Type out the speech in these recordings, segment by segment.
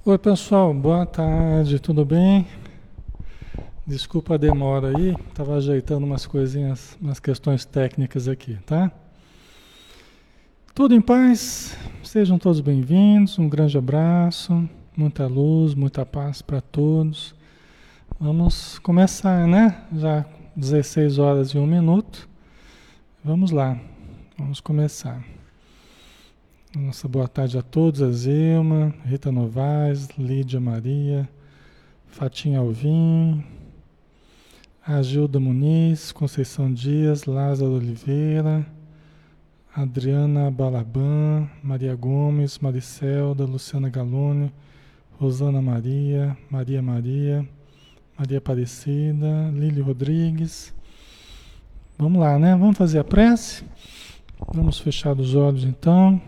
Oi, pessoal, boa tarde, tudo bem? Desculpa a demora aí, estava ajeitando umas coisinhas, umas questões técnicas aqui, tá? Tudo em paz? Sejam todos bem-vindos, um grande abraço, muita luz, muita paz para todos. Vamos começar, né? Já 16 horas e 1 minuto. Vamos lá, vamos começar. Nossa boa tarde a todos, a Zilma, Rita Novaes, Lídia Maria, Fatinha Alvim, a Gilda Muniz, Conceição Dias, Lázaro Oliveira, Adriana Balaban, Maria Gomes, Maricelda, Luciana Galone, Rosana Maria, Maria Aparecida, Lília Rodrigues. Vamos lá, né? Vamos fazer a prece? Vamos fechar os olhos então.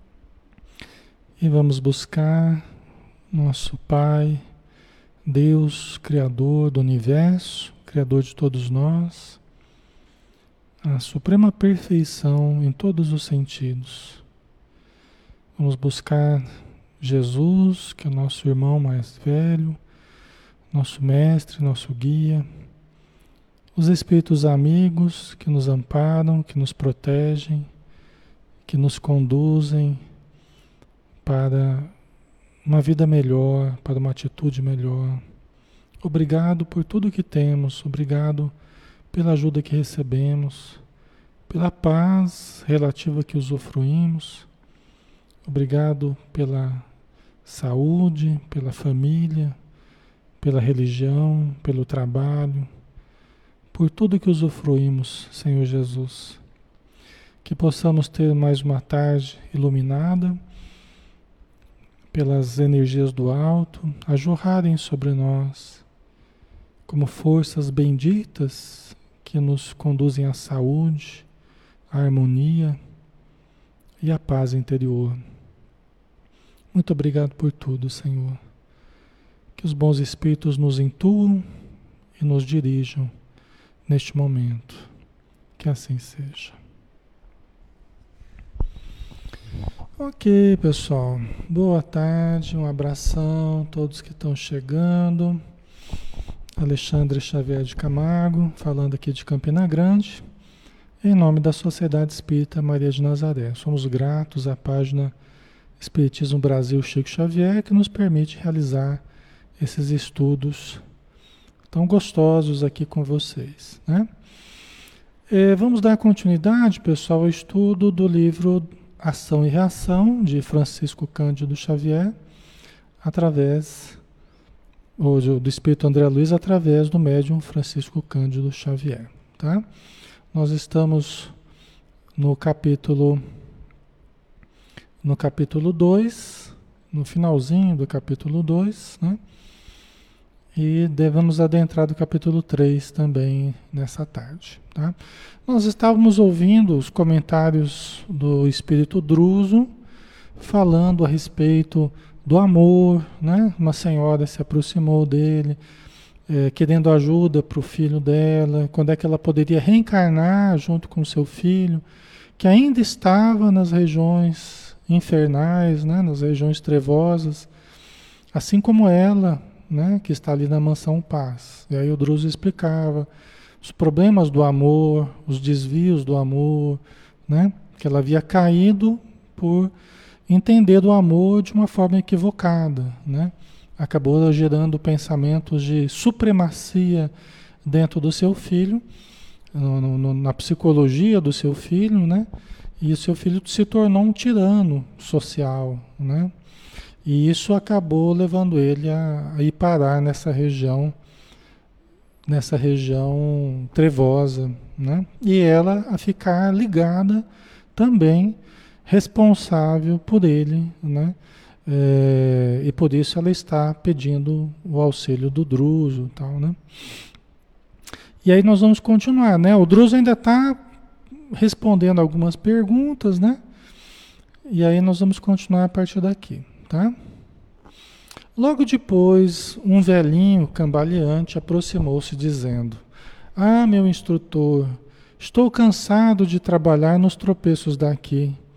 E vamos buscar nosso Pai, Deus, Criador do Universo, Criador de todos nós, a suprema perfeição em todos os sentidos. Vamos buscar Jesus, que é o nosso irmão mais velho, nosso mestre, nosso guia, os espíritos amigos que nos amparam, que nos protegem, que nos conduzem para uma vida melhor, para uma atitude melhor. Obrigado por tudo que temos, obrigado pela ajuda que recebemos, pela paz relativa que usufruímos, obrigado pela saúde, pela família, pela religião, pelo trabalho, por tudo que usufruímos, Senhor Jesus. Que possamos ter mais uma tarde iluminada pelas energias do alto, a jorrarem sobre nós como forças benditas que nos conduzem à saúde, à harmonia e à paz interior. Muito obrigado por tudo, Senhor. Que os bons espíritos nos intuam e nos dirijam neste momento. Que assim seja. Ok, pessoal. Boa tarde, um abração a todos que estão chegando. Alexandre Xavier de Camargo, falando aqui de Campina Grande, em nome da Sociedade Espírita Maria de Nazaré. Somos gratos à página Espiritismo Brasil Chico Xavier, que nos permite realizar esses estudos tão gostosos aqui com vocês, né? Vamos dar continuidade, pessoal, ao estudo do livro Ação e Reação, de Francisco Cândido Xavier, do Espírito André Luiz, através do médium Francisco Cândido Xavier, tá? Nós estamos no capítulo 2, no finalzinho do capítulo 2, né? E devemos adentrar do capítulo 3 também nessa tarde, tá? Nós estávamos ouvindo os comentários do Espírito Druso, falando a respeito do amor, né? Uma senhora se aproximou dele, querendo ajuda para o filho dela, quando é que ela poderia reencarnar junto com seu filho, que ainda estava nas regiões infernais, né? Nas regiões trevosas, assim como ela, né, que está ali na Mansão Paz. E aí o Druso explicava os problemas do amor, os desvios do amor, né, que ela havia caído por entender o amor de uma forma equivocada, né? Acabou gerando pensamentos de supremacia dentro do seu filho, na psicologia do seu filho, né? E o seu filho se tornou um tirano social, né? E isso acabou levando ele a ir parar nessa região trevosa, né? E ela a ficar ligada também, responsável por ele, né? E por isso ela está pedindo o auxílio do Druso e tal, né? E aí nós vamos continuar, né? O Druso ainda está respondendo algumas perguntas, né? E aí nós vamos continuar a partir daqui. Tá? Logo depois, um velhinho cambaleante aproximou-se dizendo: Ah, meu instrutor, estou cansado de trabalhar nos tropeços daqui.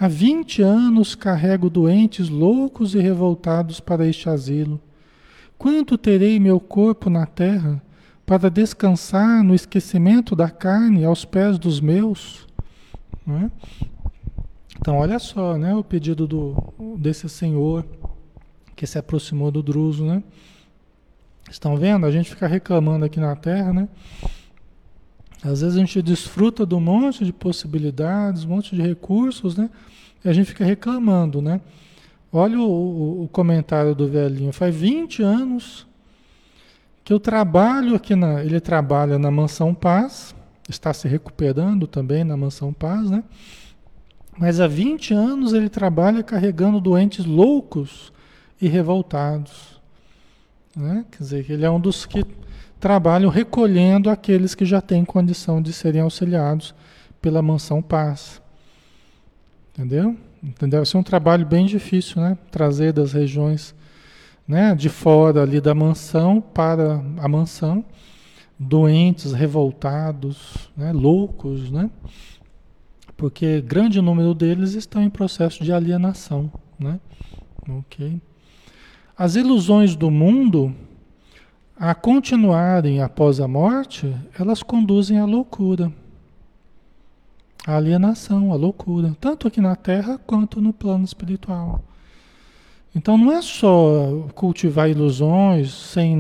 Há 20 anos carrego doentes loucos e revoltados para este asilo. Quanto terei meu corpo na terra para descansar no esquecimento da carne aos pés dos meus? Não é? Então, olha só, né, o pedido desse senhor que se aproximou do Druso, né? Estão vendo? A gente fica reclamando aqui na Terra, né? Às vezes a gente desfruta de um monte de possibilidades, um monte de recursos, né? E a gente fica reclamando, né? Olha o comentário do velhinho. Faz 20 anos que eu trabalho aqui ele trabalha na Mansão Paz, está se recuperando também na Mansão Paz, né? Mas há 20 anos ele trabalha carregando doentes loucos e revoltados, né? Quer dizer, ele é um dos que trabalham recolhendo aqueles que já têm condição de serem auxiliados pela Mansão Paz. Entendeu? Deve ser um trabalho bem difícil, né? Trazer das regiões, né, de fora ali da mansão para a mansão, doentes, revoltados, né, loucos, né? Porque grande número deles estão em processo de alienação, né? Ok. As ilusões do mundo, a continuarem após a morte, elas conduzem à loucura, à alienação, à loucura, tanto aqui na Terra quanto no plano espiritual. Então não é só cultivar ilusões sem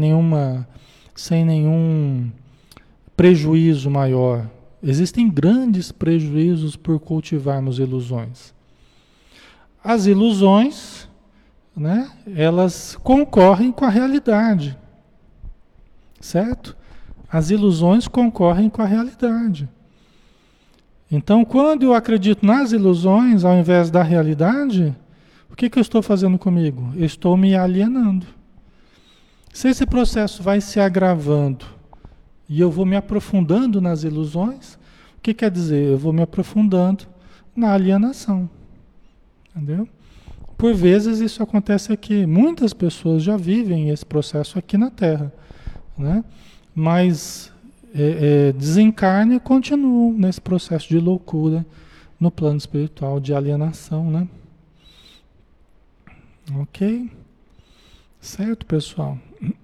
nenhum prejuízo maior. Existem grandes prejuízos por cultivarmos ilusões. As ilusões, né, elas concorrem com a realidade, certo? As ilusões concorrem com a realidade. Então, quando eu acredito nas ilusões ao invés da realidade, o que eu estou fazendo comigo? Eu estou me alienando. Se esse processo vai se agravando e eu vou me aprofundando nas ilusões, o que quer dizer? Eu vou me aprofundando na alienação. Entendeu? Por vezes isso acontece aqui. Muitas pessoas já vivem esse processo aqui na Terra, né? Mas desencarnam e continuam nesse processo de loucura no plano espiritual, de alienação, né? Ok? Certo, pessoal?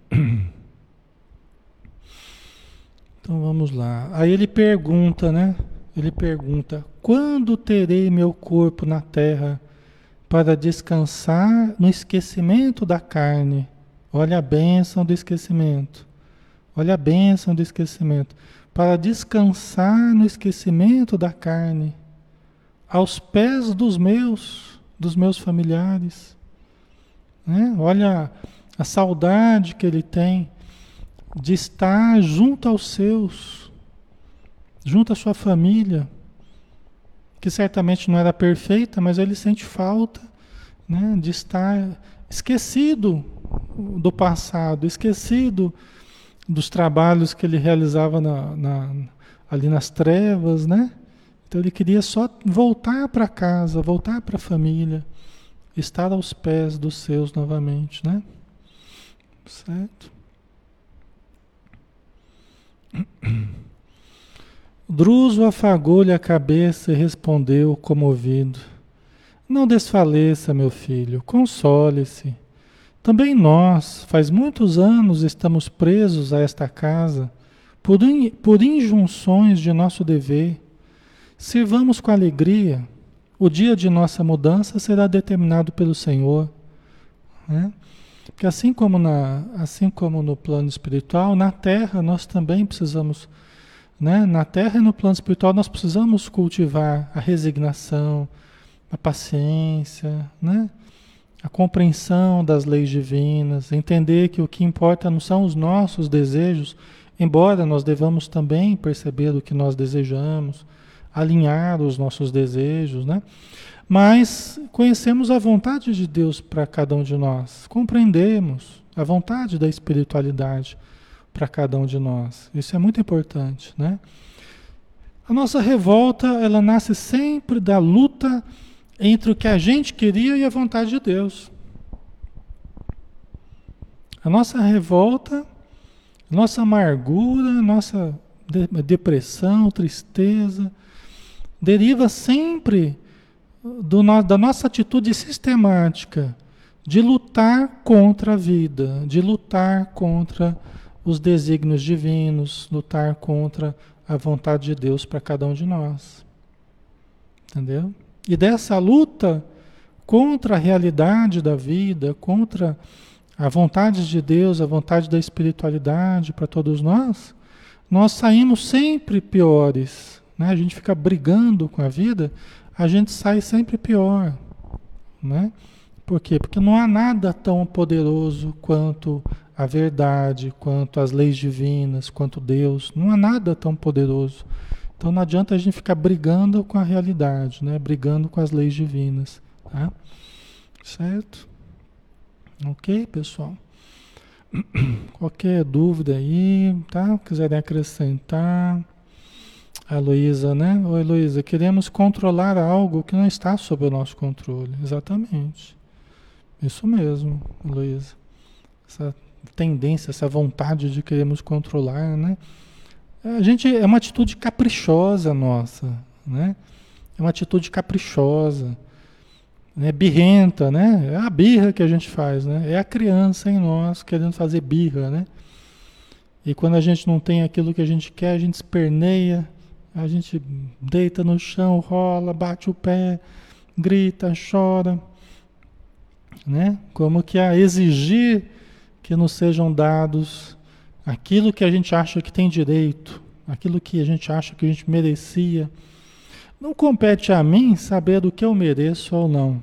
Então vamos lá. Aí ele pergunta, né? Ele pergunta: quando terei meu corpo na terra para descansar no esquecimento da carne? Olha a bênção do esquecimento. Olha a bênção do esquecimento. Para descansar no esquecimento da carne, aos pés dos meus familiares. Né? Olha a saudade que ele tem de estar junto aos seus, junto à sua família, que certamente não era perfeita, mas ele sente falta, né, de estar esquecido do passado, esquecido dos trabalhos que ele realizava ali nas trevas, né? Então ele queria só voltar para casa, voltar para a família, estar aos pés dos seus novamente, né? Certo? Druso afagou-lhe a cabeça e respondeu comovido: não desfaleça, meu filho, console-se. Também nós, faz muitos anos, estamos presos a esta casa por injunções de nosso dever. Sirvamos com alegria. O dia de nossa mudança será determinado pelo Senhor, né? Porque assim como no plano espiritual, na Terra nós também precisamos, né? Na Terra e no plano espiritual nós precisamos cultivar a resignação, a paciência, né? A compreensão das leis divinas, entender que o que importa não são os nossos desejos, embora nós devamos também perceber o que nós desejamos, alinhar os nossos desejos, né? Mas conhecemos a vontade de Deus para cada um de nós, compreendemos a vontade da espiritualidade para cada um de nós. Isso é muito importante, né? A nossa revolta, ela nasce sempre da luta entre o que a gente queria e a vontade de Deus. A nossa revolta, nossa amargura, nossa depressão, tristeza, deriva sempre da nossa atitude sistemática de lutar contra a vida, de lutar contra os desígnios divinos, lutar contra a vontade de Deus para cada um de nós. Entendeu? E dessa luta contra a realidade da vida, contra a vontade de Deus, a vontade da espiritualidade para todos nós, nós saímos sempre piores, né? A gente fica brigando com a vida, a gente sai sempre pior, né? Por quê? Porque não há nada tão poderoso quanto a verdade, quanto as leis divinas, quanto Deus. Não há nada tão poderoso. Então não adianta a gente ficar brigando com a realidade, né? Brigando com as leis divinas, tá? Certo? Ok, pessoal? Qualquer dúvida aí, tá? Quiserem acrescentar. A Heloísa, né? Oi, Heloísa, queremos controlar algo que não está sob o nosso controle. Exatamente. Isso mesmo, Heloísa. Essa tendência, essa vontade de queremos controlar, né? A gente, é uma atitude caprichosa nossa, né? É uma atitude caprichosa, né? Birrenta, né? É a birra que a gente faz, né? É a criança em nós querendo fazer birra, né? E quando a gente não tem aquilo que a gente quer, a gente esperneia, a gente deita no chão, rola, bate o pé, grita, chora, né? Como que a exigir que nos sejam dados aquilo que a gente acha que tem direito, aquilo que a gente acha que a gente merecia. Não compete a mim saber do que eu mereço ou não.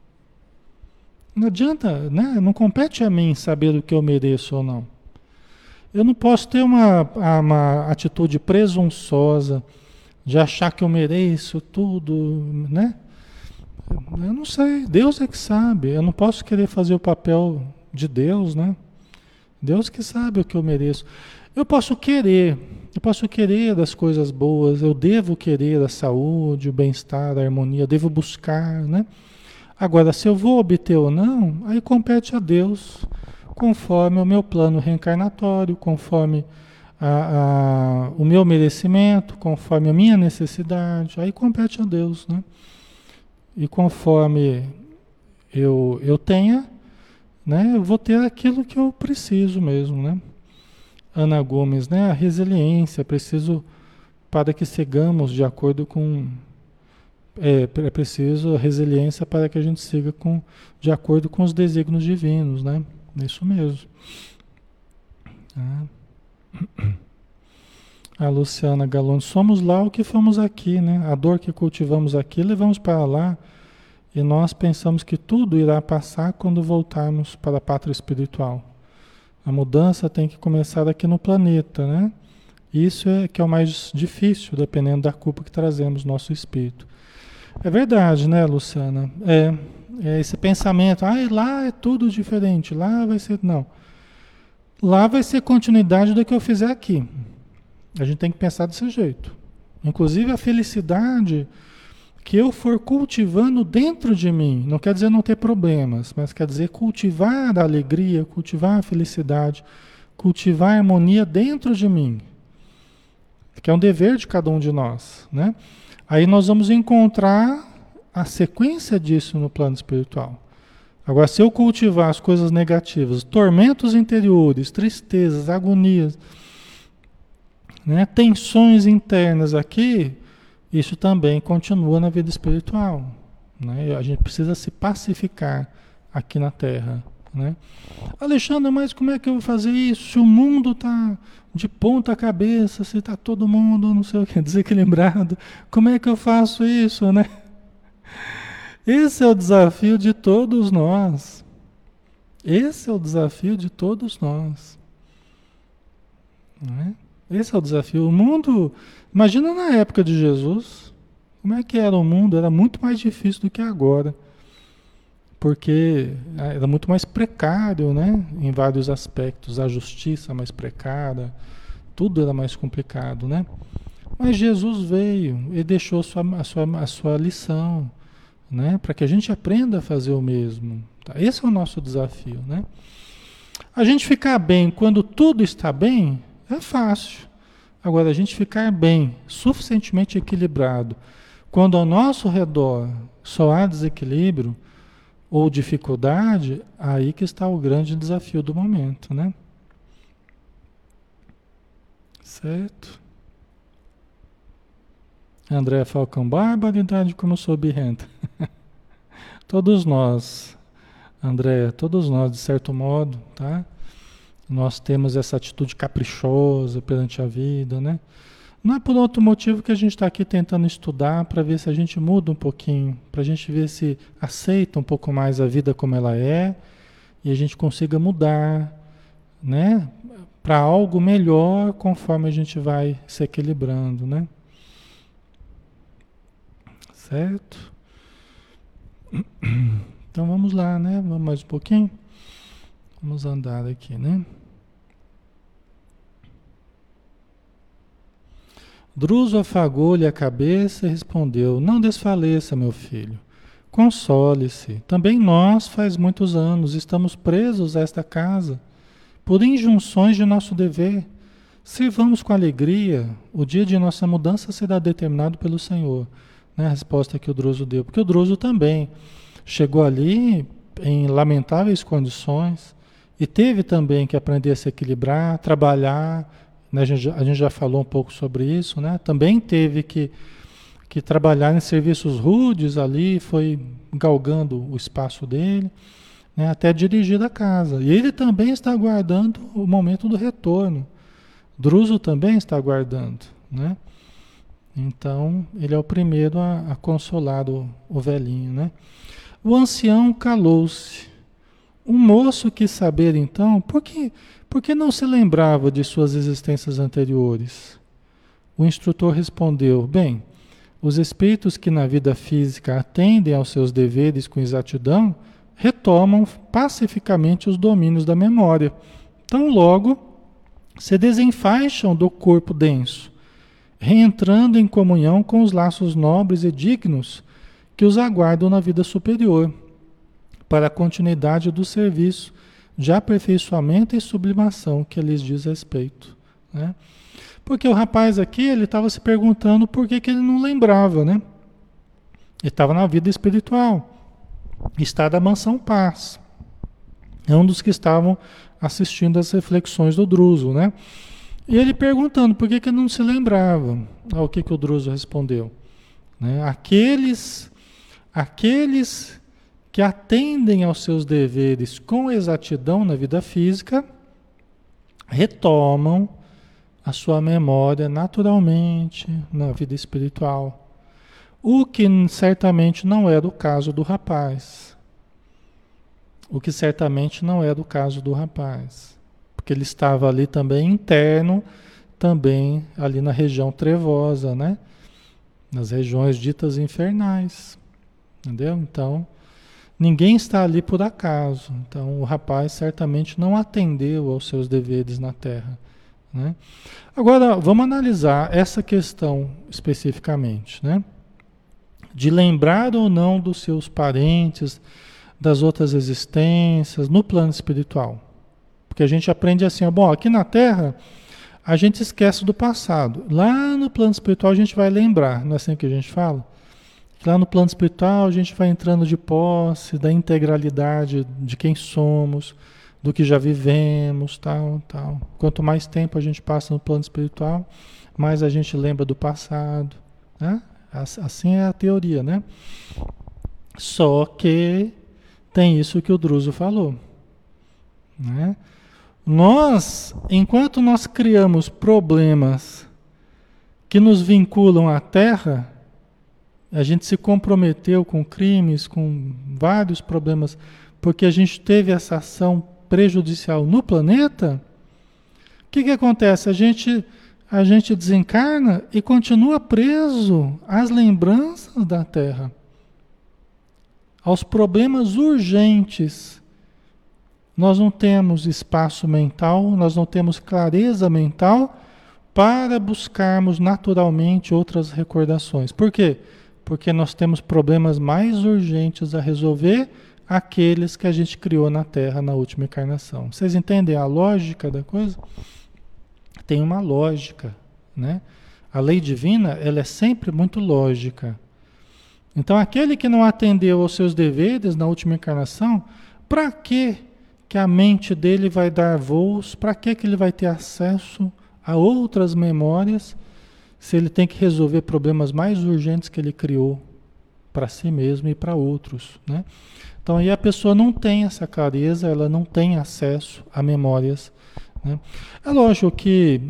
Não adianta, né? Não compete a mim saber do que eu mereço ou não. Eu não posso ter uma atitude presunçosa de achar que eu mereço tudo, né? Eu não sei, Deus é que sabe. Eu não posso querer fazer o papel de Deus, né? Deus que sabe o que eu mereço. Eu posso querer das coisas boas, eu devo querer a saúde, o bem-estar, a harmonia, eu devo buscar, né? Agora, se eu vou obter ou não, aí compete a Deus, conforme o meu plano reencarnatório, conforme o meu merecimento, conforme a minha necessidade, aí compete a Deus, né? E conforme eu tenha, né, eu vou ter aquilo que eu preciso mesmo, né? Ana Gomes, né? A resiliência, preciso para que sigamos de acordo com... É preciso a resiliência para que a gente siga de acordo com os desígnios divinos, né? Isso mesmo. A Luciana Galone, somos lá o que fomos aqui, né? A dor que cultivamos aqui, levamos para lá e nós pensamos que tudo irá passar quando voltarmos para a pátria espiritual. A mudança tem que começar aqui no planeta, né? Isso é que é o mais difícil, dependendo da culpa que trazemos no nosso espírito. É verdade, né, Luciana? É esse pensamento, lá é tudo diferente, lá vai ser... Não. Lá vai ser continuidade do que eu fizer aqui. A gente tem que pensar desse jeito. Inclusive a felicidade que eu for cultivando dentro de mim, não quer dizer não ter problemas, mas quer dizer cultivar a alegria, cultivar a felicidade, cultivar a harmonia dentro de mim. Que é um dever de cada um de nós, né? Aí nós vamos encontrar a sequência disso no plano espiritual. Agora, se eu cultivar as coisas negativas, tormentos interiores, tristezas, agonias, né, tensões internas aqui, isso também continua na vida espiritual, né? A gente precisa se pacificar aqui na Terra, né? Alexandre, mas como é que eu vou fazer isso? Se o mundo está de ponta cabeça, se está todo mundo, não sei o que, desequilibrado, como é que eu faço isso, né? Esse é o desafio de todos nós. Esse é o desafio de todos nós. Não é? Esse é o desafio. O mundo, imagina na época de Jesus, como é que era o mundo? Era muito mais difícil do que agora. Porque era muito mais precário, né? Em vários aspectos. A justiça mais precária, tudo era mais complicado, né? Mas Jesus veio e deixou a sua lição, né? Para que a gente aprenda a fazer o mesmo. Tá? Esse é o nosso desafio, né? A gente ficar bem quando tudo está bem é fácil. Agora, a gente ficar bem, suficientemente equilibrado, quando ao nosso redor só há desequilíbrio ou dificuldade, aí que está o grande desafio do momento, né? Certo? André Falcão, barbaridade como eu sou birrenta. Todos nós, André, todos nós, de certo modo, tá? Nós temos essa atitude caprichosa perante a vida, né? Não é por outro motivo que a gente está aqui tentando estudar para ver se a gente muda um pouquinho, para a gente ver se aceita um pouco mais a vida como ela é e a gente consiga mudar, né? Para algo melhor conforme a gente vai se equilibrando, né? Certo? Então vamos lá, né? Vamos mais um pouquinho? Vamos andar aqui, né? Druso afagou-lhe a cabeça e respondeu: Não desfaleça, meu filho. Console-se. Também nós, faz muitos anos, estamos presos a esta casa, por injunções de nosso dever. Sirvamos com alegria, o dia de nossa mudança será determinado pelo Senhor. Né? A resposta que o Druso deu. Porque o Druso também chegou ali em lamentáveis condições e teve também que aprender a se equilibrar, trabalhar, né? A gente já falou um pouco sobre isso, né? Também teve que trabalhar em serviços rudes ali, foi galgando o espaço dele, né? Até dirigir a casa. E ele também está aguardando o momento do retorno. Druso também está aguardando, né? Então, ele é o primeiro a consolar o velhinho, né? O ancião calou-se. O moço quis saber, então, por que não se lembrava de suas existências anteriores? O instrutor respondeu: Bem, os espíritos que na vida física atendem aos seus deveres com exatidão retomam pacificamente os domínios da memória. Tão logo se desenfaixam do corpo denso, reentrando em comunhão com os laços nobres e dignos que os aguardam na vida superior, para a continuidade do serviço de aperfeiçoamento e sublimação que lhes diz respeito, né? Porque o rapaz aqui, ele estava se perguntando por que ele não lembrava, né? Ele estava na vida espiritual, está da Mansão Paz. É um dos que estavam assistindo as reflexões do Druso, né? E ele perguntando por que ele não se lembrava. Ao que o Druso respondeu, né? Aqueles que atendem aos seus deveres com exatidão na vida física, retomam a sua memória naturalmente na vida espiritual. O que certamente não era o caso do rapaz. Porque ele estava ali também interno, também ali na região trevosa, né? Nas regiões ditas infernais. Entendeu? Então, ninguém está ali por acaso. Então, o rapaz certamente não atendeu aos seus deveres na Terra, né? Agora, vamos analisar essa questão especificamente, né? De lembrar ou não dos seus parentes, das outras existências, no plano espiritual. Porque a gente aprende assim, ó, bom, aqui na Terra, a gente esquece do passado. Lá no plano espiritual a gente vai lembrar, não é assim que a gente fala? Lá no plano espiritual a gente vai entrando de posse da integralidade de quem somos, do que já vivemos, tal, tal. Quanto mais tempo a gente passa no plano espiritual, mais a gente lembra do passado, né? Assim é a teoria, né? Só que tem isso que o Druso falou, né? Enquanto nós criamos problemas que nos vinculam à Terra, a gente se comprometeu com crimes, com vários problemas, porque a gente teve essa ação prejudicial no planeta. O que acontece? A gente desencarna e continua preso às lembranças da Terra, aos problemas urgentes. Nós não temos espaço mental, nós não temos clareza mental para buscarmos naturalmente outras recordações. Por quê? Porque nós temos problemas mais urgentes a resolver, aqueles que a gente criou na Terra na última encarnação. Vocês entendem a lógica da coisa? Tem uma lógica, né? A lei divina, ela é sempre muito lógica. Então, aquele que não atendeu aos seus deveres na última encarnação, para que a mente dele vai dar voos? Para que ele vai ter acesso a outras memórias se ele tem que resolver problemas mais urgentes que ele criou para si mesmo e para outros, né? Então aí a pessoa não tem essa clareza, ela não tem acesso a memórias, né? É lógico que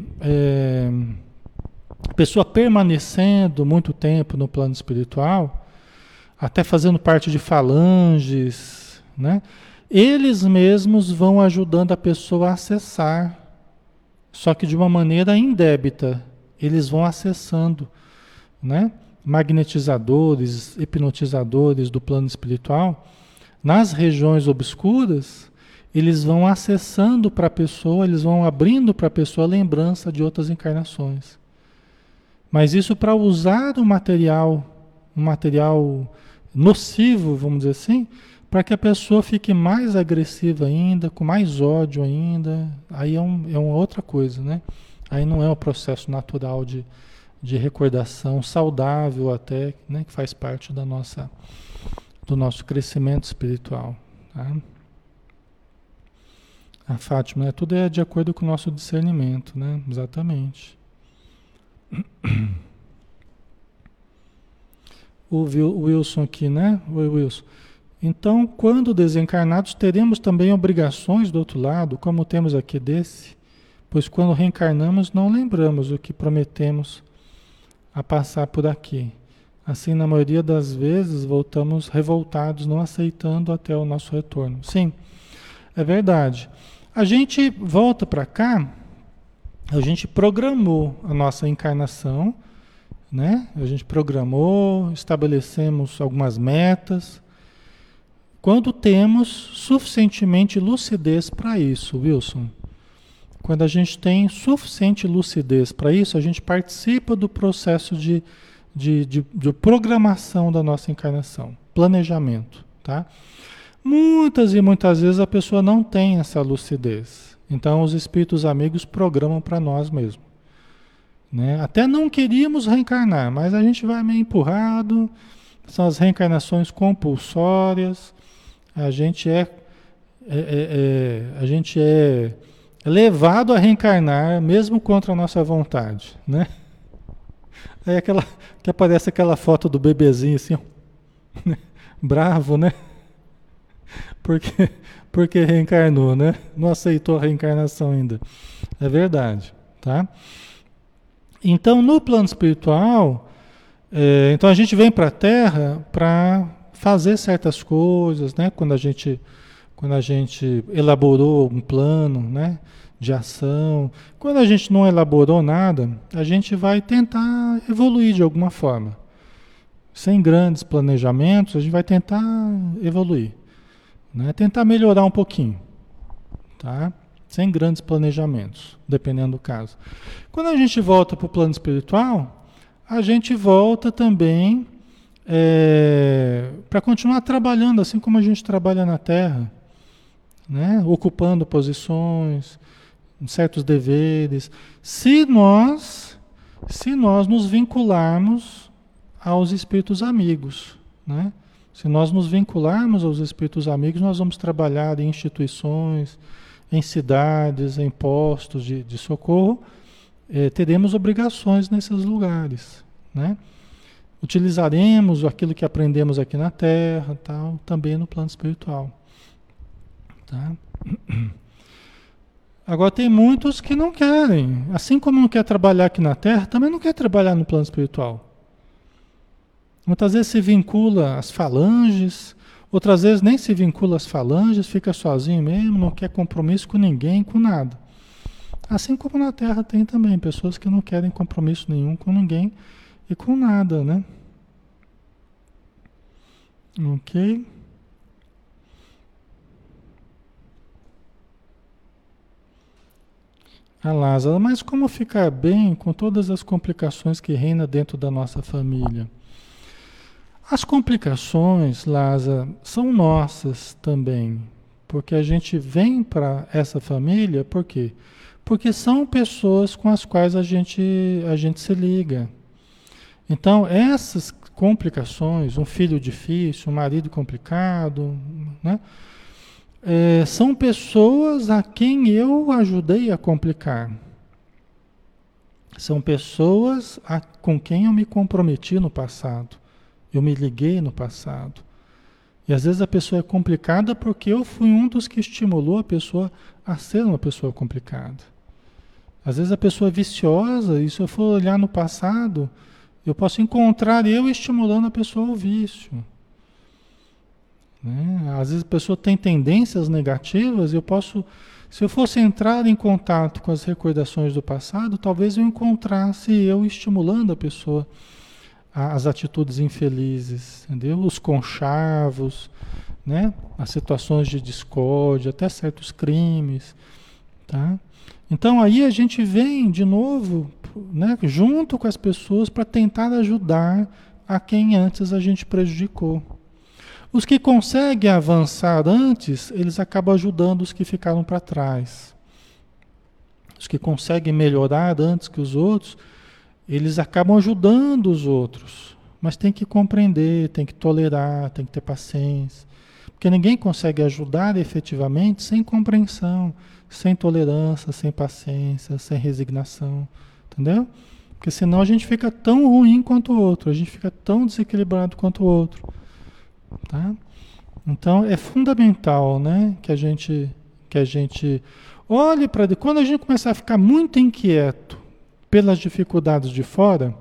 a pessoa permanecendo muito tempo no plano espiritual, até fazendo parte de falanges, né? Eles mesmos vão ajudando a pessoa a acessar, só que de uma maneira indébita. Eles vão acessando, né? Magnetizadores, hipnotizadores do plano espiritual, nas regiões obscuras, eles vão acessando para a pessoa, eles vão abrindo para a pessoa a lembrança de outras encarnações. Mas isso para usar um material nocivo, vamos dizer assim, para que a pessoa fique mais agressiva ainda, com mais ódio ainda, aí é uma outra coisa, né? Aí não é um processo natural de recordação saudável até, né, que faz parte do nosso crescimento espiritual. Tá? A Fátima, né? Tudo é de acordo com o nosso discernimento, né? Exatamente. O Wilson aqui, né? Oi, Wilson. Então, quando desencarnados, teremos também obrigações do outro lado, como temos aqui desse, pois quando reencarnamos não lembramos o que prometemos a passar por aqui. Assim, na maioria das vezes, voltamos revoltados, não aceitando até o nosso retorno. Sim, é verdade. A gente volta para cá, a gente programou a nossa encarnação, né? A gente programou, estabelecemos algumas metas. Quando temos suficientemente lucidez para isso, Wilson. Quando a gente tem suficiente lucidez para isso, a gente participa do processo de programação da nossa encarnação, planejamento, tá? Muitas e muitas vezes a pessoa não tem essa lucidez. Então os espíritos amigos programam para nós mesmos, né? Até não queríamos reencarnar, mas a gente vai meio empurrado, são as reencarnações compulsórias, a gente é levado a reencarnar mesmo contra a nossa vontade, né? Aí que aparece aquela foto do bebezinho assim, ó, bravo, né? Porque reencarnou, né? Não aceitou a reencarnação ainda. É verdade, tá? Então, no plano espiritual, então a gente vem para a Terra para fazer certas coisas, né? Quando a gente elaborou um plano, né, de ação. Quando a gente não elaborou nada, a gente vai tentar evoluir de alguma forma. Sem grandes planejamentos, a gente vai tentar evoluir, né? Tentar melhorar um pouquinho, tá? Sem grandes planejamentos, dependendo do caso. Quando a gente volta para o plano espiritual, a gente volta também para continuar trabalhando assim como a gente trabalha na Terra, né? Ocupando posições, certos deveres. Se nós nos vincularmos aos espíritos amigos, né? Se nós nos vincularmos aos espíritos amigos, nós vamos trabalhar em instituições, em cidades, em postos de socorro, teremos obrigações nesses lugares, né? Utilizaremos aquilo que aprendemos aqui na Terra, tal, também no plano espiritual. Tá? Agora tem muitos que não querem, assim como não quer trabalhar aqui na Terra, também não quer trabalhar no plano espiritual. Muitas vezes se vincula às falanges, outras vezes nem se vincula às falanges, fica sozinho mesmo, não quer compromisso com ninguém, com nada. Assim como na Terra tem também pessoas que não querem compromisso nenhum com ninguém e com nada, né? Ok? A Lázaro, mas como ficar bem com todas as complicações que reinam dentro da nossa família? As complicações, Lázaro, são nossas também, porque a gente vem para essa família, por quê? Porque são pessoas com as quais a gente se liga. Então, essas complicações, um filho difícil, um marido complicado, né? São pessoas a quem eu ajudei a complicar. São pessoas com quem eu me comprometi no passado. Eu me liguei no passado. E às vezes a pessoa é complicada porque eu fui um dos que estimulou a pessoa a ser uma pessoa complicada. Às vezes a pessoa é viciosa, e se eu for olhar no passado, eu posso encontrar eu estimulando a pessoa ao vício. Né? Às vezes a pessoa tem tendências negativas, se eu fosse entrar em contato com as recordações do passado, talvez eu encontrasse eu estimulando a pessoa às atitudes infelizes, entendeu? Os conchavos, né? As situações de discórdia, até certos crimes, tá? Então aí a gente vem de novo, né, junto com as pessoas para tentar ajudar a quem antes a gente prejudicou. Os que conseguem avançar antes, eles acabam ajudando os que ficaram para trás. Os que conseguem melhorar antes que os outros, eles acabam ajudando os outros. Mas tem que compreender, tem que tolerar, tem que ter paciência. Porque ninguém consegue ajudar efetivamente sem compreensão, sem tolerância, sem paciência, sem resignação. Entendeu? Porque senão a gente fica tão ruim quanto o outro, a gente fica tão desequilibrado quanto o outro. Tá? Então é fundamental, né, que a gente olhe para quando a gente começar a ficar muito inquieto pelas dificuldades de fora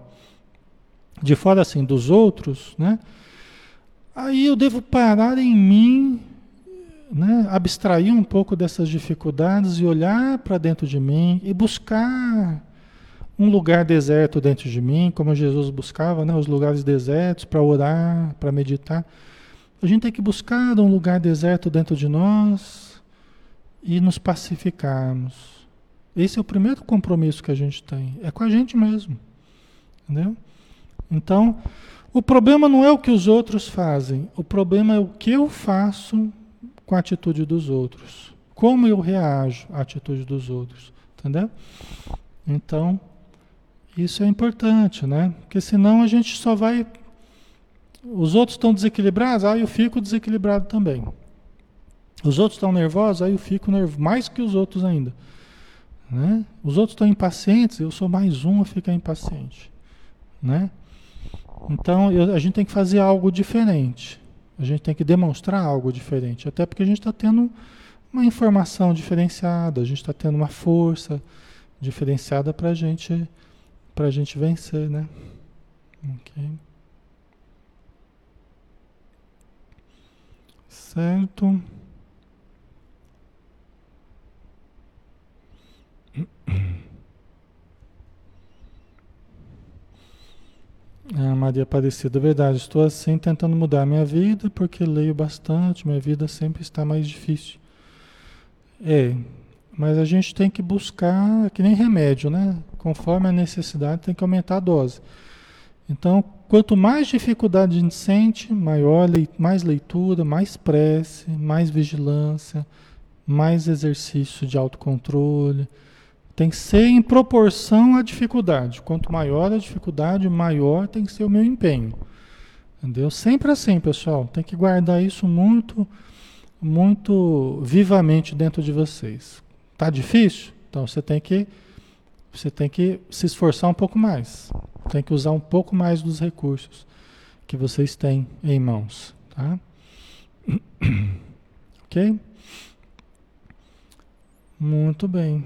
assim dos outros, né? Aí eu devo parar em mim, né, abstrair um pouco dessas dificuldades e olhar para dentro de mim e buscar um lugar deserto dentro de mim, como Jesus buscava, né, os lugares desertos para orar, para meditar. A gente tem que buscar um lugar deserto dentro de nós e nos pacificarmos. Esse é o primeiro compromisso que a gente tem. É com a gente mesmo. Entendeu? Então, o problema não é o que os outros fazem. O problema é o que eu faço com a atitude dos outros. Como eu reajo à atitude dos outros. Entendeu? Então, isso é importante, né? Porque senão a gente só vai... Os outros estão desequilibrados, aí eu fico desequilibrado também. Os outros estão nervosos, aí eu fico nervoso, mais que os outros ainda. Né? Os outros estão impacientes, eu sou mais um a ficar impaciente. Né? Então a gente tem que fazer algo diferente. A gente tem que demonstrar algo diferente. Até porque a gente está tendo uma informação diferenciada, a gente está tendo uma força diferenciada para a gente vencer. Né? Ok. Certo. Ah, Maria Aparecida, verdade. Estou assim tentando mudar minha vida porque leio bastante, minha vida sempre está mais difícil. Mas a gente tem que buscar, que nem remédio, né? Conforme a necessidade, tem que aumentar a dose. Então, quanto mais dificuldade a gente sente, mais leitura, mais prece, mais vigilância, mais exercício de autocontrole. Tem que ser em proporção à dificuldade. Quanto maior a dificuldade, maior tem que ser o meu empenho. Entendeu? Sempre assim, pessoal. Tem que guardar isso muito, muito vivamente dentro de vocês. Tá difícil? Então você tem que se esforçar um pouco mais. Tem que usar um pouco mais dos recursos que vocês têm em mãos, tá? Ok? Muito bem.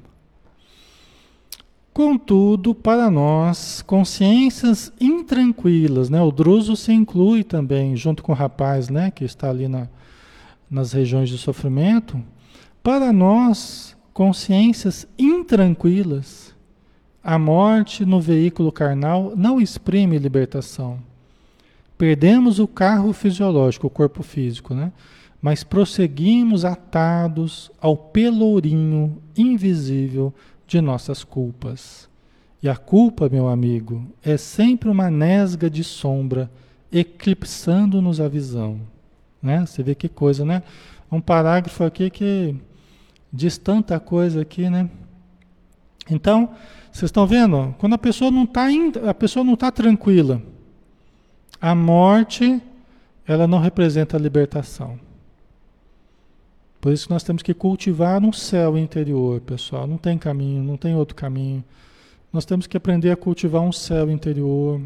Contudo, para nós, consciências intranquilas, né? O Druso se inclui também, junto com o rapaz, né? Que está ali nas regiões de sofrimento. Para nós, consciências intranquilas, a morte no veículo carnal não exprime libertação. Perdemos o carro fisiológico, o corpo físico, né? Mas prosseguimos atados ao pelourinho invisível de nossas culpas. E a culpa, meu amigo, é sempre uma nesga de sombra eclipsando-nos a visão. Né? Você vê que coisa, né? Um parágrafo aqui que diz tanta coisa aqui, né? Então, vocês estão vendo? Quando a pessoa não está tranquila, A morte, ela não representa a libertação. Por isso que nós temos que cultivar um céu interior, pessoal. Não tem caminho, não tem outro caminho. Nós temos que aprender a cultivar um céu interior.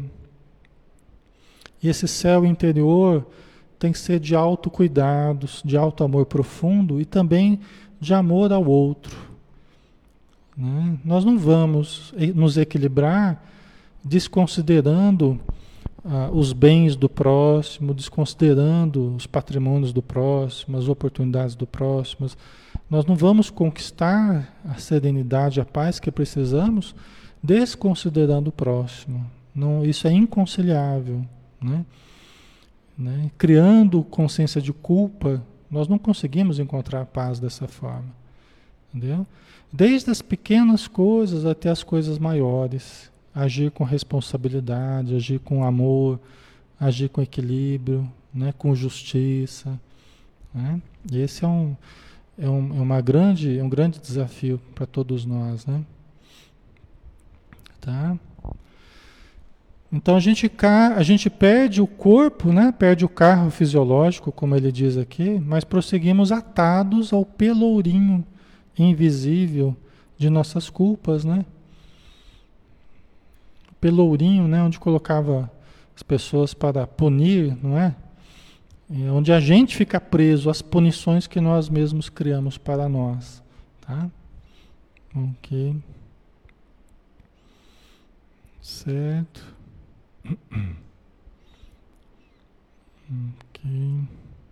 E esse céu interior tem que ser de autocuidados, de alto amor profundo e também de amor ao outro. Né? Nós não vamos nos equilibrar desconsiderando os bens do próximo, desconsiderando os patrimônios do próximo, as oportunidades do próximo. Nós não vamos conquistar a serenidade, a paz que precisamos, desconsiderando o próximo. Não, isso é inconciliável. Né? Criando consciência de culpa, nós não conseguimos encontrar a paz dessa forma. Entendeu? Desde as pequenas coisas até as coisas maiores. Agir com responsabilidade, agir com amor, agir com equilíbrio, né? Com justiça. Né? E esse é um grande desafio para todos nós. Né? Tá? Então a gente perde o corpo, né? Perde o carro fisiológico, como ele diz aqui, mas prosseguimos atados ao pelourinho invisível de nossas culpas, né? Pelourinho, né? Onde colocava as pessoas para punir, não é? Onde a gente fica preso às punições que nós mesmos criamos para nós, tá? Ok. Certo. Ok.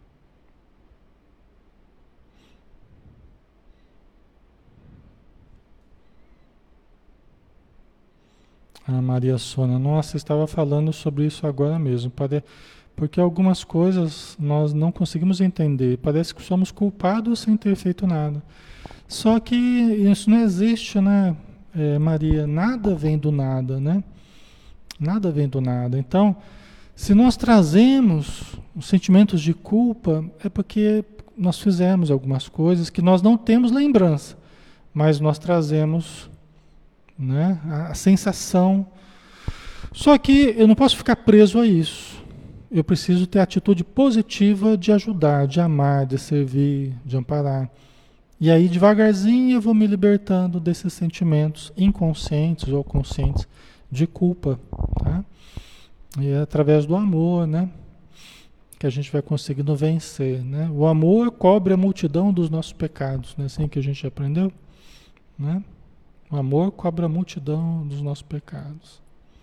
A Maria Sônia, nossa, estava falando sobre isso agora mesmo. Porque algumas coisas nós não conseguimos entender. Parece que somos culpados sem ter feito nada. Só que isso não existe, né, Maria? Nada vem do nada, né? Nada vem do nada. Então, se nós trazemos os sentimentos de culpa, é porque nós fizemos algumas coisas que nós não temos lembrança, mas nós trazemos, né, a sensação. Só que eu não posso ficar preso a isso. Eu preciso ter a atitude positiva de ajudar, de amar, de servir, de amparar. E aí, devagarzinho, eu vou me libertando desses sentimentos inconscientes ou conscientes de culpa, tá? E é através do amor, né, que a gente vai conseguindo vencer, né? O amor cobre a multidão dos nossos pecados, não é assim que a gente aprendeu, né? O amor cobre a multidão dos nossos pecados.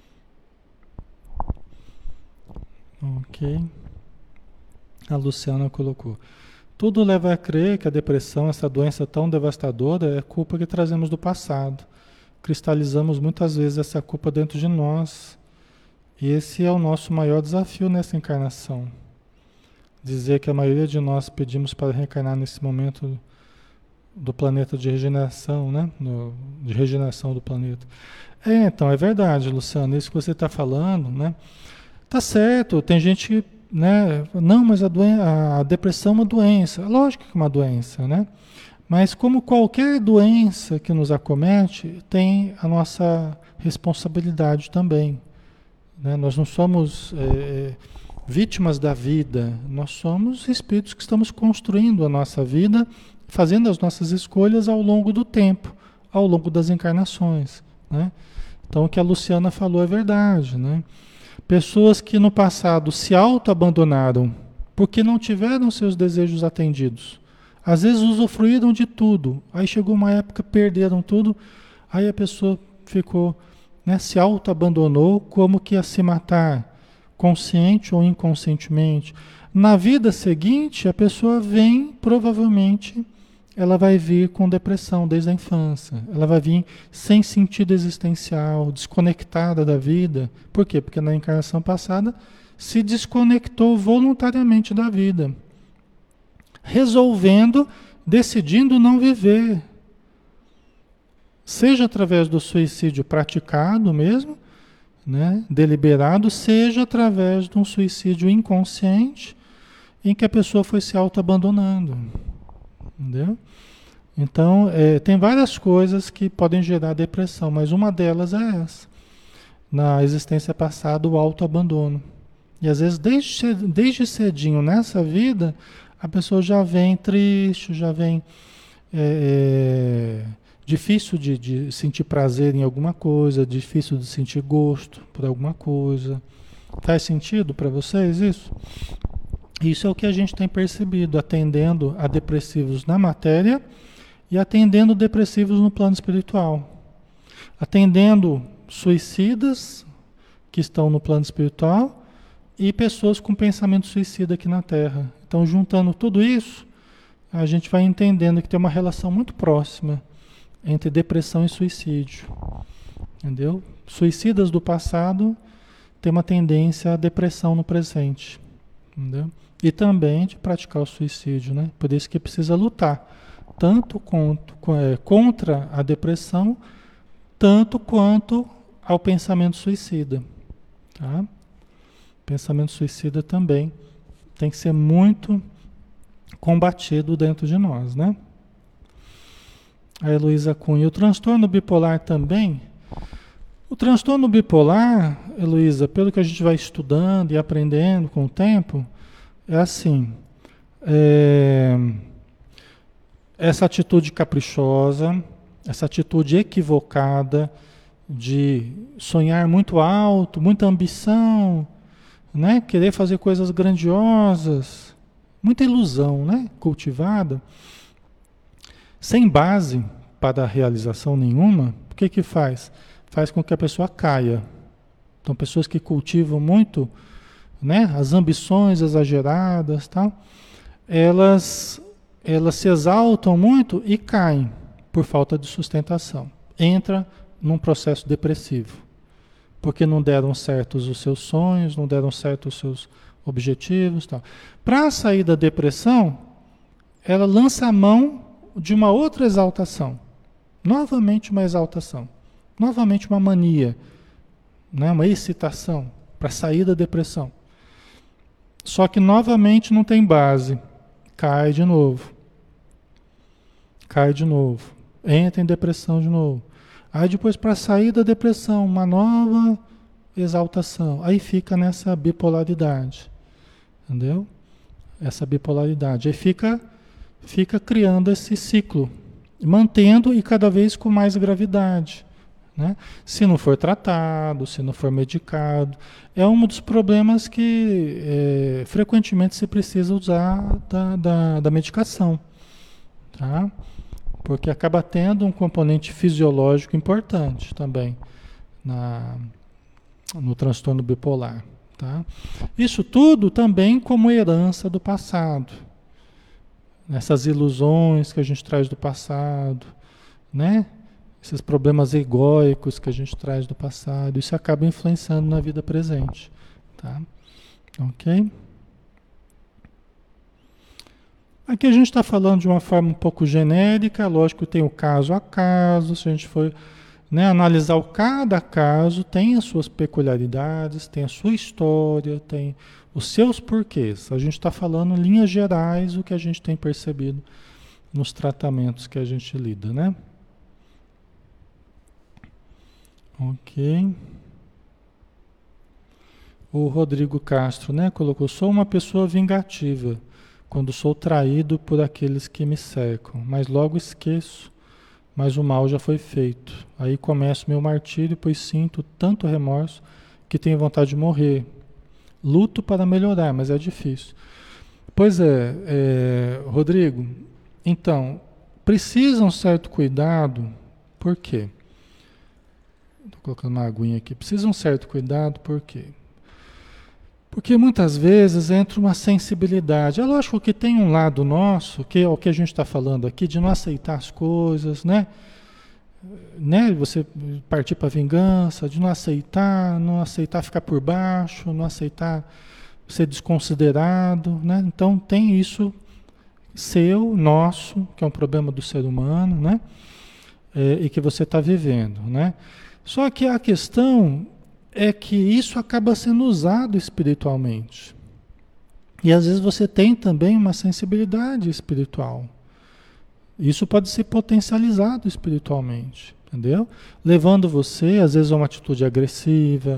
Ok. A Luciana colocou: tudo leva a crer que a depressão, essa doença tão devastadora, é culpa que trazemos do passado. Cristalizamos muitas vezes essa culpa dentro de nós. E esse é o nosso maior desafio nessa encarnação. Dizer que a maioria de nós pedimos para reencarnar nesse momento do planeta de regeneração, né? De regeneração do planeta. Então, é verdade, Luciano, isso que você está falando, né? Tá certo, tem gente que, né? Não, mas a depressão é uma doença. Lógico que é uma doença, né? Mas como qualquer doença que nos acomete, tem a nossa responsabilidade também. Né? Nós não somos vítimas da vida, nós somos espíritos que estamos construindo a nossa vida, fazendo as nossas escolhas ao longo do tempo, ao longo das encarnações. Né? Então o que a Luciana falou é verdade. Né? Pessoas que no passado se auto-abandonaram porque não tiveram seus desejos atendidos. Às vezes usufruíram de tudo, aí chegou uma época, perderam tudo, aí a pessoa ficou, né, se auto-abandonou, como que a se matar, consciente ou inconscientemente. Na vida seguinte, a pessoa vem, provavelmente, ela vai vir com depressão desde a infância, ela vai vir sem sentido existencial, desconectada da vida. Por quê? Porque na encarnação passada se desconectou voluntariamente da vida. Resolvendo, decidindo não viver. Seja através do suicídio praticado mesmo, né, deliberado, seja através de um suicídio inconsciente, em que a pessoa foi se auto-abandonando. Entendeu? Então, tem várias coisas que podem gerar depressão, mas uma delas é essa. Na existência passada, o auto-abandono. E às vezes desde cedinho nessa vida, a pessoa já vem triste, já vem difícil de sentir prazer em alguma coisa, difícil de sentir gosto por alguma coisa. Faz sentido para vocês isso? Isso é o que a gente tem percebido, atendendo a depressivos na matéria e atendendo depressivos no plano espiritual. Atendendo suicidas que estão no plano espiritual e pessoas com pensamento suicida aqui na Terra. Então, juntando tudo isso, a gente vai entendendo que tem uma relação muito próxima entre depressão e suicídio. Entendeu? Suicidas do passado têm uma tendência à depressão no presente. Entendeu? E também de praticar o suicídio, né? Por isso que precisa lutar tanto contra a depressão, tanto quanto ao pensamento suicida. Tá? Pensamento suicida também tem que ser muito combatido dentro de nós, né? A Heloísa Cunha, o transtorno bipolar também. O transtorno bipolar, Heloísa, pelo que a gente vai estudando e aprendendo com o tempo, é assim, essa atitude caprichosa, essa atitude equivocada de sonhar muito alto, muita ambição, né? Querer fazer coisas grandiosas, muita ilusão, né? Cultivada, sem base para realização nenhuma. O que que faz? Faz com que a pessoa caia. Então, pessoas que cultivam muito, né, as ambições exageradas, tal, elas se exaltam muito e caem por falta de sustentação. Entra num processo depressivo, porque não deram certos os seus sonhos, não deram certo os seus objetivos, tal. Para sair da depressão, ela lança a mão de uma outra exaltação. Novamente uma exaltação. Novamente uma mania, né? Uma excitação para sair da depressão. Só que novamente não tem base. Cai de novo. Cai de novo. Entra em depressão de novo. Aí depois, para sair da depressão, uma nova exaltação. Aí fica nessa bipolaridade. Entendeu? Essa bipolaridade. Aí fica criando esse ciclo. Mantendo e cada vez com mais gravidade. Né? Se não for tratado, se não for medicado, é um dos problemas que frequentemente se precisa usar da medicação, tá? Porque acaba tendo um componente fisiológico importante também no transtorno bipolar, tá? Isso tudo também como herança do passado, essas ilusões que a gente traz do passado, né? Esses problemas egóicos que a gente traz do passado, isso acaba influenciando na vida presente, tá? Ok? Aqui a gente está falando de uma forma um pouco genérica, lógico que tem o caso a caso, se a gente for, né, analisar cada caso, tem as suas peculiaridades, tem a sua história, tem os seus porquês. A gente está falando em linhas gerais o que a gente tem percebido nos tratamentos que a gente lida, né? Ok. O Rodrigo Castro, né, colocou: sou uma pessoa vingativa quando sou traído por aqueles que me cercam, mas logo esqueço, mas o mal já foi feito. Aí começa o meu martírio, pois sinto tanto remorso que tenho vontade de morrer. Luto para melhorar, mas é difícil. Pois Rodrigo, então, precisa um certo cuidado. Por quê? Estou colocando uma aguinha aqui. Precisa um certo cuidado, por quê? Porque muitas vezes entra uma sensibilidade. É lógico que tem um lado nosso, que é o que a gente está falando aqui, de não aceitar as coisas, né? Você partir para a vingança, de não aceitar ficar por baixo, não aceitar ser desconsiderado, né? Então tem isso seu, nosso, que é um problema do ser humano, né? E que você está vivendo, né? Só que a questão é que isso acaba sendo usado espiritualmente. E às vezes você tem também uma sensibilidade espiritual. Isso pode ser potencializado espiritualmente, entendeu? Levando você, às vezes, a uma atitude agressiva,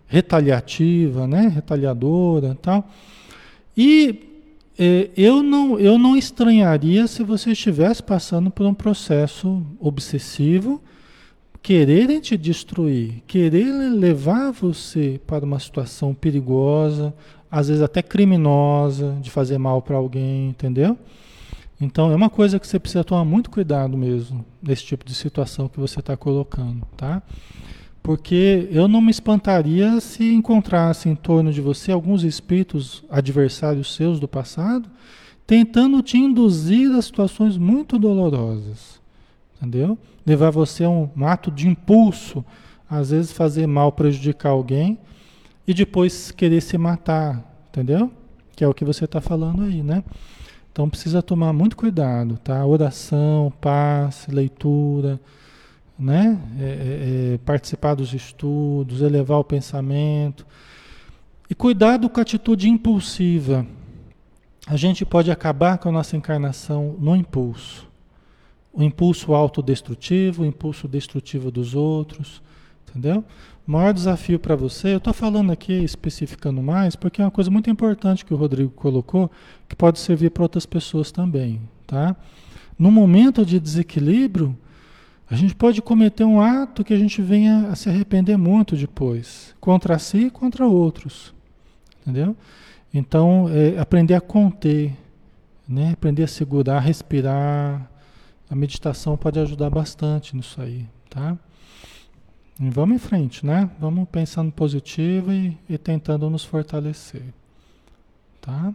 retaliativa, né? Retaliadora, tal. E eu não estranharia se você estivesse passando por um processo obsessivo, quererem te destruir, querer levar você para uma situação perigosa, às vezes até criminosa, de fazer mal para alguém, entendeu? Então é uma coisa que você precisa tomar muito cuidado mesmo, nesse tipo de situação que você está colocando, tá? Porque eu não me espantaria se encontrasse em torno de você alguns espíritos adversários seus do passado, tentando te induzir a situações muito dolorosas, entendeu? Levar você a um ato de impulso, às vezes fazer mal, prejudicar alguém e depois querer se matar, entendeu? Que é o que você está falando aí, né? Então precisa tomar muito cuidado, tá? Oração, passe, leitura, né? Participar dos estudos, elevar o pensamento e cuidado com a atitude impulsiva. A gente pode acabar com a nossa encarnação no impulso. O impulso autodestrutivo, o impulso destrutivo dos outros, entendeu? O maior desafio para você, eu estou falando aqui especificando mais, porque é uma coisa muito importante que o Rodrigo colocou, que pode servir para outras pessoas também, tá? No momento de desequilíbrio, a gente pode cometer um ato que a gente venha a se arrepender muito depois, contra si e contra outros, entendeu? Então, aprender a conter, né? Aprender a segurar, a respirar. A meditação pode ajudar bastante nisso aí, tá? E vamos em frente, né? Vamos pensando positivo e tentando nos fortalecer, tá?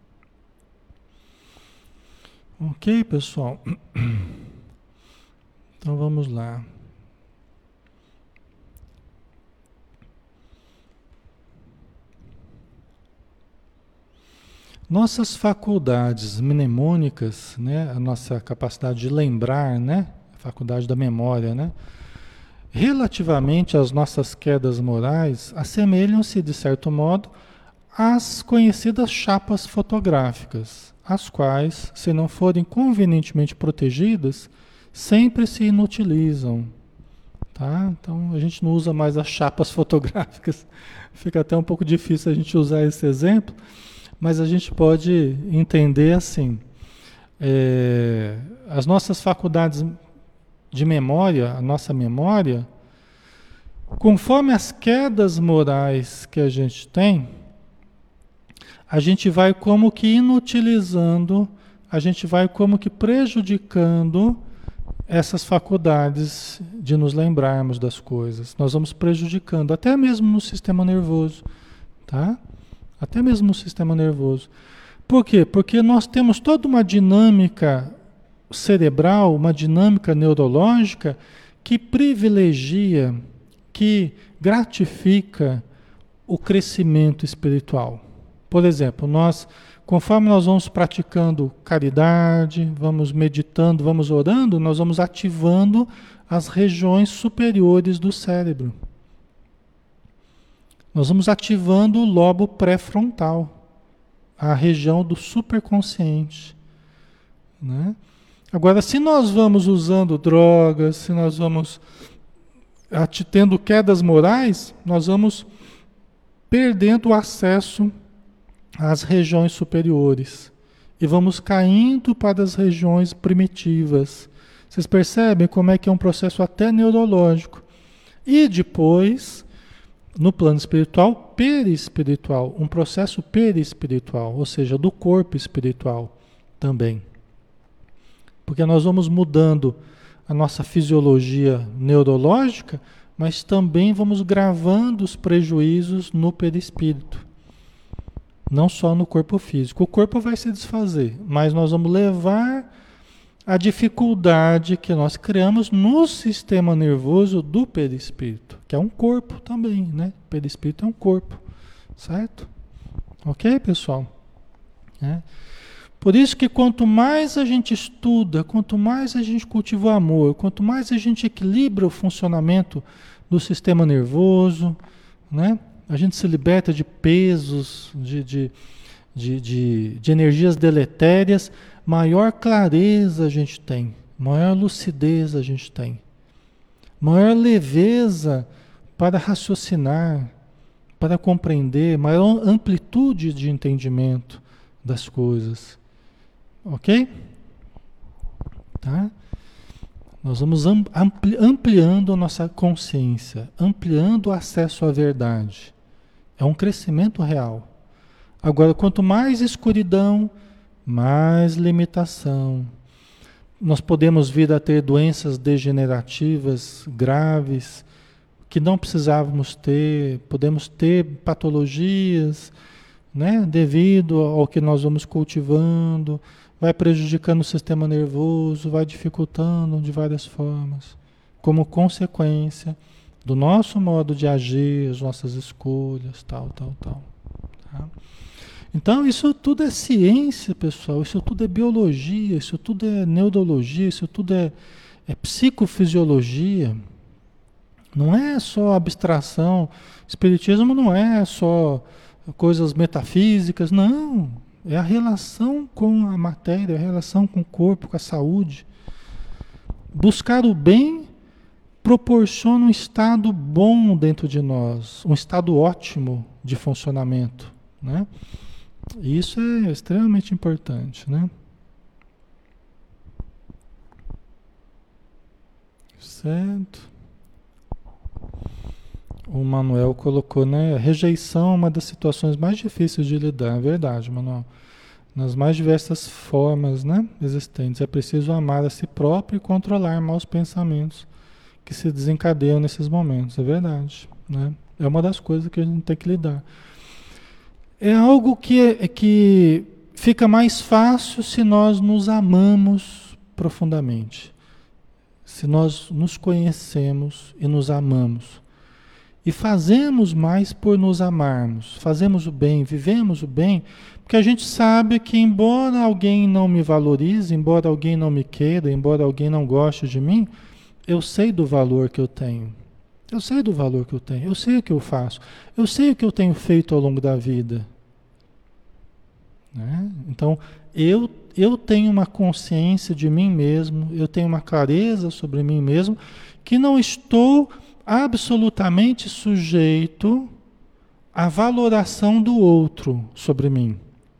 Ok, pessoal? Então vamos lá. Nossas faculdades mnemônicas, né? A nossa capacidade de lembrar, né? A faculdade da memória, né? Relativamente às nossas quedas morais, assemelham-se, de certo modo, às conhecidas chapas fotográficas, as quais, se não forem convenientemente protegidas, sempre se inutilizam. Tá? Então a gente não usa mais as chapas fotográficas. Fica até um pouco difícil a gente usar esse exemplo, mas a gente pode entender assim. As nossas faculdades de memória, a nossa memória, conforme as quedas morais que a gente tem, a gente vai como que inutilizando, a gente vai como que prejudicando essas faculdades de nos lembrarmos das coisas. Nós vamos prejudicando, até mesmo no sistema nervoso, tá? Até mesmo no sistema nervoso. Por quê? Porque nós temos toda uma dinâmica cerebral, uma dinâmica neurológica que privilegia, que gratifica o crescimento espiritual. Por exemplo, conforme nós vamos praticando caridade, vamos meditando, vamos orando, nós vamos ativando as regiões superiores do cérebro. Nós vamos ativando o lobo pré-frontal, a região do superconsciente, né? Agora, se nós vamos usando drogas, se nós vamos tendo quedas morais, nós vamos perdendo o acesso às regiões superiores e vamos caindo para as regiões primitivas. Vocês percebem como é que é um processo até neurológico. E depois, no plano espiritual, perispiritual, um processo perispiritual, ou seja, do corpo espiritual também. Porque nós vamos mudando a nossa fisiologia neurológica, mas também vamos gravando os prejuízos no perispírito. Não só no corpo físico. O corpo vai se desfazer, mas nós vamos levar a dificuldade que nós criamos no sistema nervoso do perispírito, que é um corpo também, né? O perispírito é um corpo, certo? Ok, pessoal? Por isso que quanto mais a gente estuda, quanto mais a gente cultiva o amor, quanto mais a gente equilibra o funcionamento do sistema nervoso, né? A gente se liberta de pesos, de energias deletérias, maior clareza a gente tem, maior lucidez a gente tem, maior leveza para raciocinar, para compreender, maior amplitude de entendimento das coisas. Ok? Tá? Nós vamos ampliando a nossa consciência, ampliando o acesso à verdade. É um crescimento real. Agora, quanto mais escuridão, mais limitação. Nós podemos vir a ter doenças degenerativas graves, que não precisávamos ter, podemos ter patologias, né, devido ao que nós vamos cultivando, vai prejudicando o sistema nervoso, vai dificultando de várias formas, como consequência do nosso modo de agir, as nossas escolhas, tal. Tá? Então isso tudo é ciência, pessoal, isso tudo é biologia, isso tudo é neurologia, isso tudo é psicofisiologia. Não é só abstração, espiritismo não é só coisas metafísicas, não. É a relação com a matéria, a relação com o corpo, com a saúde. Buscar o bem proporciona um estado bom dentro de nós, um estado ótimo de funcionamento, né? E isso é extremamente importante, né? Certo. O Manuel colocou, né? Rejeição é uma das situações mais difíceis de lidar, é verdade, Manuel. Nas mais diversas formas, né, existentes. É preciso amar a si próprio e controlar maus pensamentos que se desencadeiam nesses momentos, é verdade, né? É uma das coisas que a gente tem que lidar. É algo que fica mais fácil se nós nos amamos profundamente. Se nós nos conhecemos e nos amamos. E fazemos mais por nos amarmos, fazemos o bem, vivemos o bem, porque a gente sabe que embora alguém não me valorize, embora alguém não me queira, embora alguém não goste de mim, eu sei do valor que eu tenho. Eu sei do valor que eu tenho, eu sei o que eu faço, eu sei o que eu tenho feito ao longo da vida. Né? Então, eu tenho uma consciência de mim mesmo, eu tenho uma clareza sobre mim mesmo, que não estou absolutamente sujeito à valoração do outro sobre mim.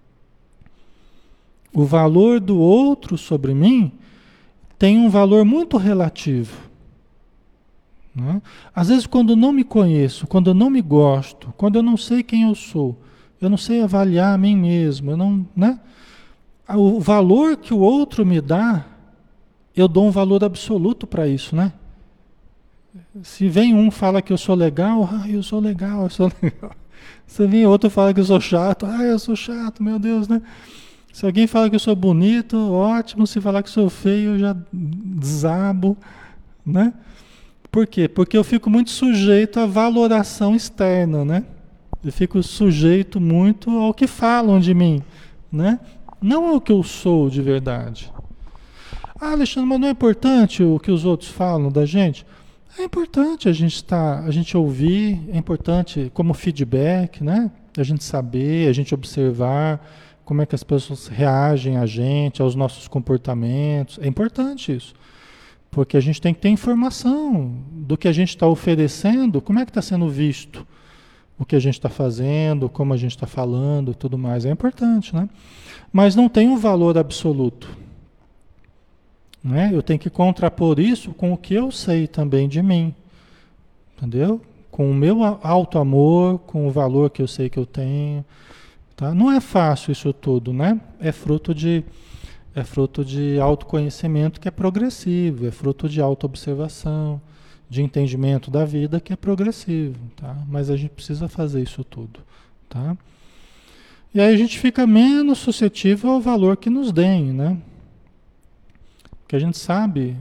O valor do outro sobre mim tem um valor muito relativo. Né? Às vezes, quando eu não me conheço, quando eu não me gosto, quando eu não sei quem eu sou, eu não sei avaliar a mim mesmo, eu não, né? O valor que o outro me dá, eu dou um valor absoluto para isso, né? Se vem um fala que eu sou legal, eu sou legal, eu sou legal. Se vem outro fala que eu sou chato, eu sou chato, meu Deus, né? Se alguém fala que eu sou bonito, ótimo. Se falar que sou feio, eu já desabo, né? Por quê? Porque eu fico muito sujeito à valoração externa, né? Eu fico sujeito muito ao que falam de mim, né? Não ao que eu sou de verdade. Alexandre, mas não é importante o que os outros falam da gente? É importante a gente ouvir, é importante como feedback, né? A gente saber, a gente observar como é que as pessoas reagem a gente, aos nossos comportamentos. É importante isso. Porque a gente tem que ter informação do que a gente está oferecendo, como é que está sendo visto o que a gente está fazendo, como a gente está falando e tudo mais. É importante, né? Mas não tem um valor absoluto. Né? Eu tenho que contrapor isso com o que eu sei também de mim, entendeu? Com o meu alto amor, com o valor que eu sei que eu tenho, tá? Não é fácil isso tudo, né? É fruto de autoconhecimento que é progressivo, é fruto de autoobservação, de entendimento da vida que é progressivo, tá? Mas a gente precisa fazer isso tudo, tá? E aí a gente fica menos suscetível ao valor que nos deem, né? Que a gente sabe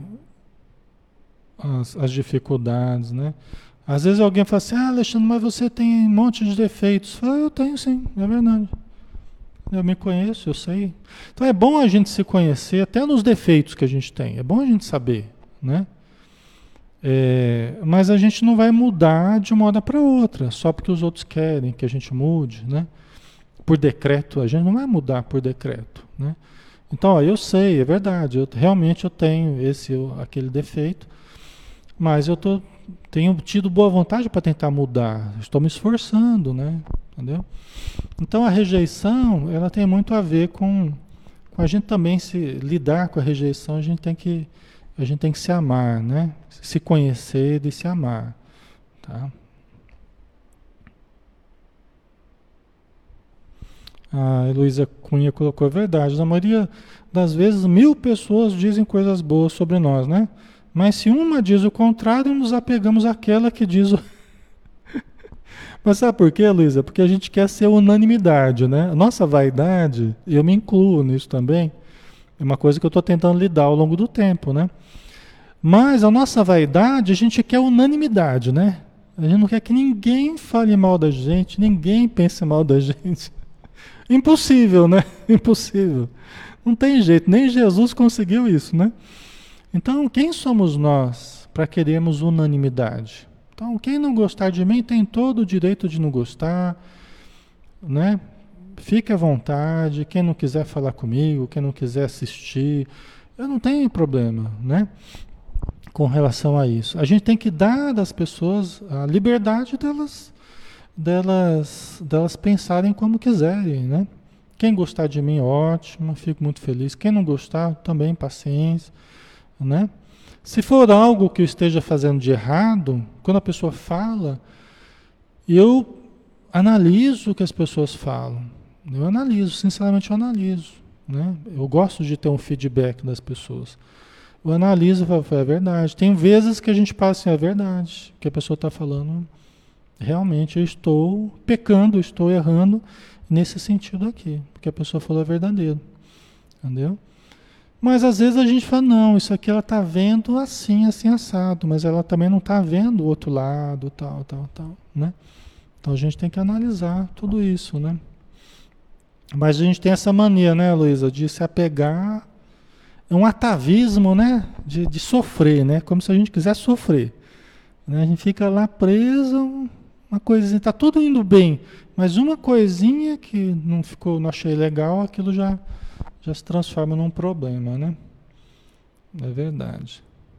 as dificuldades, né? Às vezes alguém fala assim, Alexandre, mas você tem um monte de defeitos. Eu falo, eu tenho sim, é verdade. Eu me conheço, eu sei. Então é bom a gente se conhecer, até nos defeitos que a gente tem. É bom a gente saber, né? Mas a gente não vai mudar de uma hora para outra, só porque os outros querem que a gente mude, né? Por decreto, a gente não vai mudar por decreto, né? Então, eu sei, é verdade, realmente eu tenho aquele defeito, mas eu estou tenho tido boa vontade para tentar mudar, estou me esforçando, né? Entendeu? Então a rejeição, ela tem muito a ver com a gente também se lidar com a rejeição, a gente tem que se amar, né? Se conhecer e se amar, tá? A Heloísa Cunha colocou a verdade. Na maioria das vezes, 1000 pessoas dizem coisas boas sobre nós, né? Mas se uma diz o contrário, nos apegamos àquela que diz o... Mas sabe por quê, Luísa? Porque a gente quer ser unanimidade, né? A nossa vaidade, e eu me incluo nisso também, é uma coisa que eu estou tentando lidar ao longo do tempo, né? Mas a nossa vaidade, a gente quer unanimidade, né? A gente não quer que ninguém fale mal da gente, ninguém pense mal da gente. Impossível, né? Impossível. Não tem jeito, nem Jesus conseguiu isso, né? Então, quem somos nós para querermos unanimidade? Então, quem não gostar de mim tem todo o direito de não gostar, né? Fique à vontade, quem não quiser falar comigo, quem não quiser assistir, eu não tenho problema, né? Com relação a isso. A gente tem que dar às pessoas a liberdade delas pensarem como quiserem, né? Quem gostar de mim, ótimo, fico muito feliz. Quem não gostar, também paciência, né? Se for algo que eu esteja fazendo de errado, quando a pessoa fala, eu analiso o que as pessoas falam. Eu analiso, sinceramente eu analiso, né? Eu gosto de ter um feedback das pessoas. Eu analiso e falo, é verdade. Tem vezes que a gente passa assim, é verdade, que a pessoa está falando, realmente eu estou pecando, eu estou errando nesse sentido aqui, porque a pessoa falou é verdadeiro, entendeu? Mas às vezes a gente fala, não, isso aqui ela está vendo assim, assim, assado, mas ela também não está vendo o outro lado, tal, né? Então a gente tem que analisar tudo isso, né? Mas a gente tem essa mania, né, Luísa, de se apegar, é um atavismo, né, de sofrer, né, como se a gente quisesse sofrer, né? A gente fica lá preso, uma coisinha, tá tudo indo bem, mas uma coisinha que não ficou, não achei legal, aquilo já se transforma num problema, né? É verdade.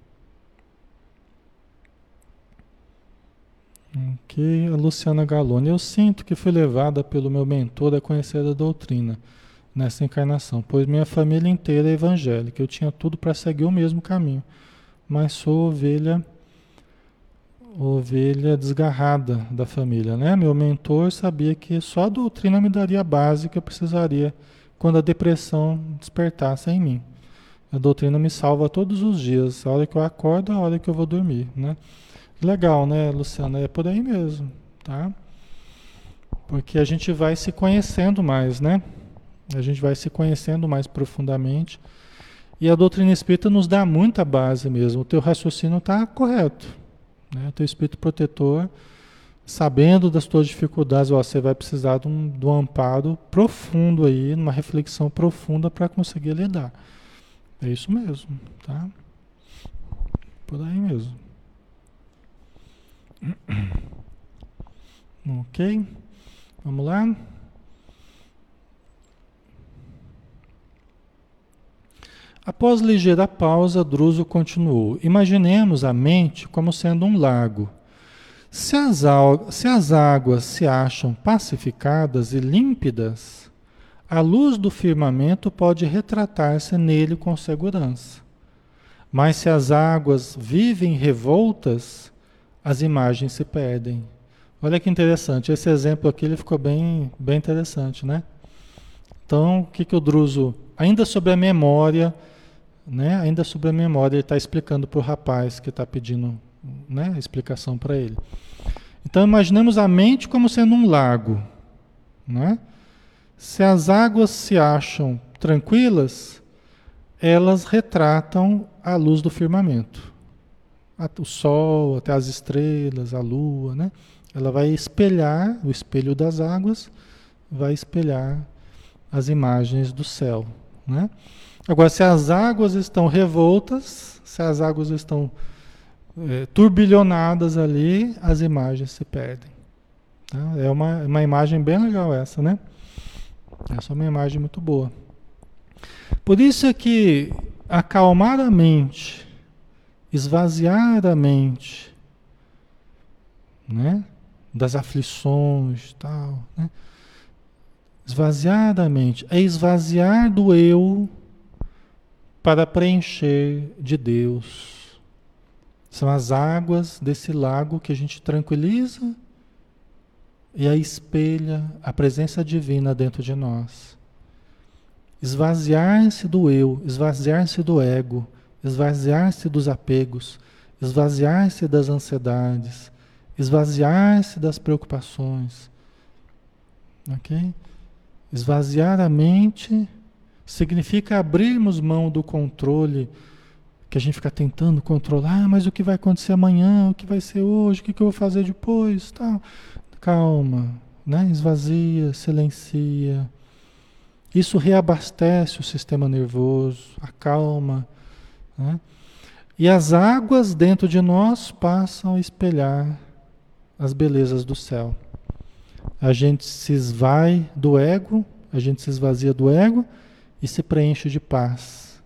Ok, a Luciana Galoni. Eu sinto que fui levada pelo meu mentor a conhecer a doutrina nessa encarnação, pois minha família inteira é evangélica. Eu tinha tudo para seguir o mesmo caminho, mas sou ovelha desgarrada da família, né? Meu mentor sabia que só a doutrina me daria a base que eu precisaria quando a depressão despertasse em mim. A doutrina me salva todos os dias, a hora que eu acordo, a hora que eu vou dormir, né? Legal, né, Luciana? É por aí mesmo, tá? Porque a gente vai se conhecendo mais, né? A gente vai se conhecendo mais profundamente. E a doutrina espírita nos dá muita base mesmo. O teu raciocínio está correto, né? O teu espírito protetor, sabendo das tuas dificuldades, ó, você vai precisar de um amparo profundo aí, uma reflexão profunda para conseguir lidar. É isso mesmo, tá? Por aí mesmo. Ok? Vamos lá? Após ligeira pausa, Druso continuou. Imaginemos a mente como sendo um lago. Se as águas se acham pacificadas e límpidas, a luz do firmamento pode retratar-se nele com segurança. Mas se as águas vivem revoltas, as imagens se perdem. Olha que interessante, esse exemplo aqui ele ficou bem interessante, né? Então, o que o Druso, ainda sobre a memória, né? Ainda sobre a memória, ele está explicando para o rapaz que está pedindo, né, a explicação para ele. Então, imaginemos a mente como sendo um lago, né? Se as águas se acham tranquilas, elas retratam a luz do firmamento. O sol, até as estrelas, a lua, né? Ela vai espelhar, o espelho das águas vai espelhar as imagens do céu, né? Agora, se as águas estão revoltas, se as águas estão turbilhonadas ali, as imagens se perdem. Tá? É uma imagem bem legal essa, né? Essa é uma imagem muito boa. Por isso é que acalmar a mente, esvaziar a mente, né? Das aflições, tal, né? Esvaziar da mente é esvaziar do eu para preencher de Deus. São as águas desse lago que a gente tranquiliza e aí espelha a presença divina dentro de nós. Esvaziar-se do eu, esvaziar-se do ego, esvaziar-se dos apegos, esvaziar-se das ansiedades, esvaziar-se das preocupações. Ok? Esvaziar a mente significa abrirmos mão do controle que a gente fica tentando controlar, mas o que vai acontecer amanhã, o que vai ser hoje, o que eu vou fazer depois, tal. Calma, né? Esvazia, silencia. Isso reabastece o sistema nervoso, acalma, né? E as águas dentro de nós passam a espelhar as belezas do céu. A gente se esvai do ego, a gente se esvazia do ego e se preenche de paz.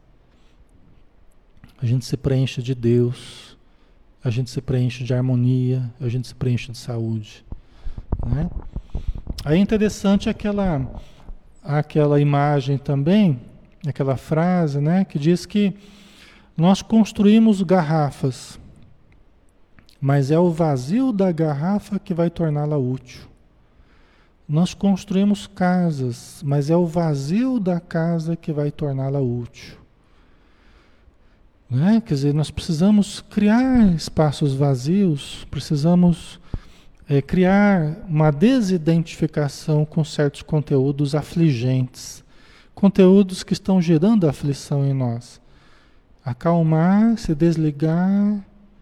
A gente se preenche de Deus, a gente se preenche de harmonia, a gente se preenche de saúde, né? Aí é interessante aquela imagem também, aquela frase, né, que diz que nós construímos garrafas, mas é o vazio da garrafa que vai torná-la útil. Nós construímos casas, mas é o vazio da casa que vai torná-la útil. Né? Quer dizer, nós precisamos criar espaços vazios, precisamos criar uma desidentificação com certos conteúdos afligentes, conteúdos que estão gerando aflição em nós. Acalmar, se desligar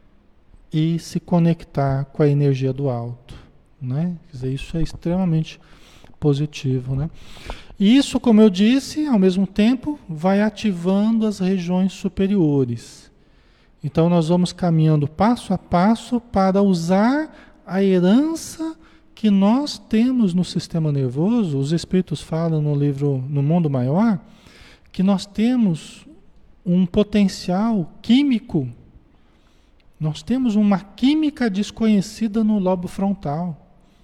e se conectar com a energia do alto. Né? Quer dizer, isso é extremamente positivo, né? E isso, como eu disse, ao mesmo tempo vai ativando as regiões superiores. Então nós vamos caminhando passo a passo para usar a herança que nós temos no sistema nervoso. Os espíritos falam no livro No Mundo Maior que nós temos um potencial químico. Nós temos uma química desconhecida no lobo frontal.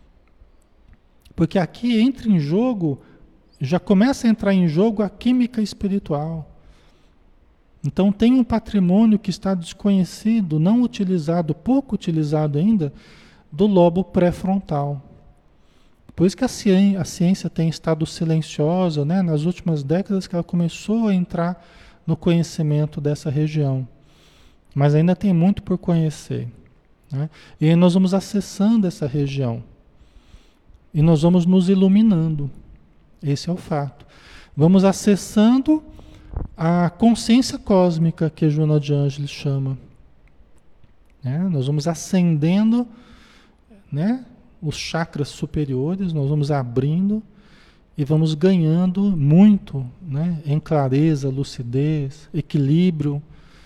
Porque aqui entra em jogo, já começa a entrar em jogo a química espiritual. Então tem um patrimônio que está desconhecido, não utilizado, pouco utilizado ainda, do lobo pré-frontal. Por isso que a ciência tem estado silenciosa, né? Nas últimas décadas que ela começou a entrar no conhecimento dessa região. Mas ainda tem muito por conhecer, né? E aí nós vamos acessando essa região. E nós vamos nos iluminando. Esse é o fato. Vamos acessando a consciência cósmica que Joana de Ângeles chama. Né? Nós vamos acendendo, né, os chakras superiores, nós vamos abrindo e vamos ganhando muito, né, em clareza, lucidez, equilíbrio.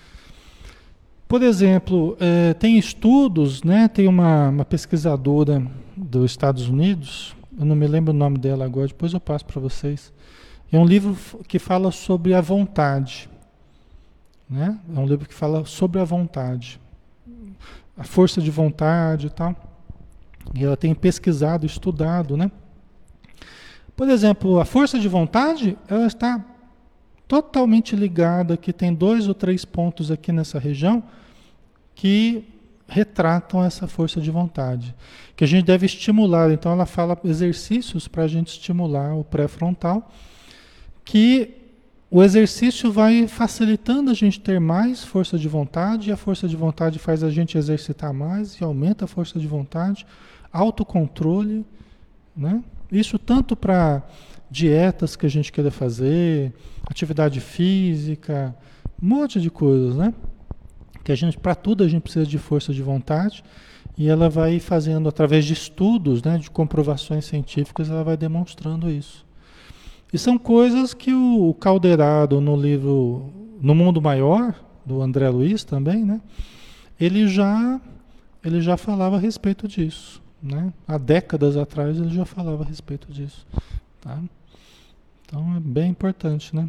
Por exemplo, tem estudos, né, tem uma pesquisadora dos Estados Unidos, eu não me lembro o nome dela agora, depois eu passo para vocês. É um livro que fala sobre a vontade, né? É um livro que fala sobre a vontade, a força de vontade e tal. E ela tem pesquisado, estudado, né? Por exemplo, a força de vontade, ela está totalmente ligada, que tem 2 ou 3 pontos aqui nessa região que retratam essa força de vontade, que a gente deve estimular. Então ela fala exercícios para a gente estimular o pré-frontal, que o exercício vai facilitando a gente ter mais força de vontade, e a força de vontade faz a gente exercitar mais e aumenta a força de vontade, autocontrole, né? Isso tanto para dietas que a gente queira fazer, atividade física, um monte de coisas, né? Que a gente, para tudo a gente precisa de força de vontade, e ela vai fazendo através de estudos, né, de comprovações científicas, ela vai demonstrando isso. E são coisas que o Calderaro, no livro No Mundo Maior, do André Luiz também, né, ele já falava a respeito disso, né? Há décadas atrás ele já falava a respeito disso, tá? Então é bem importante, né?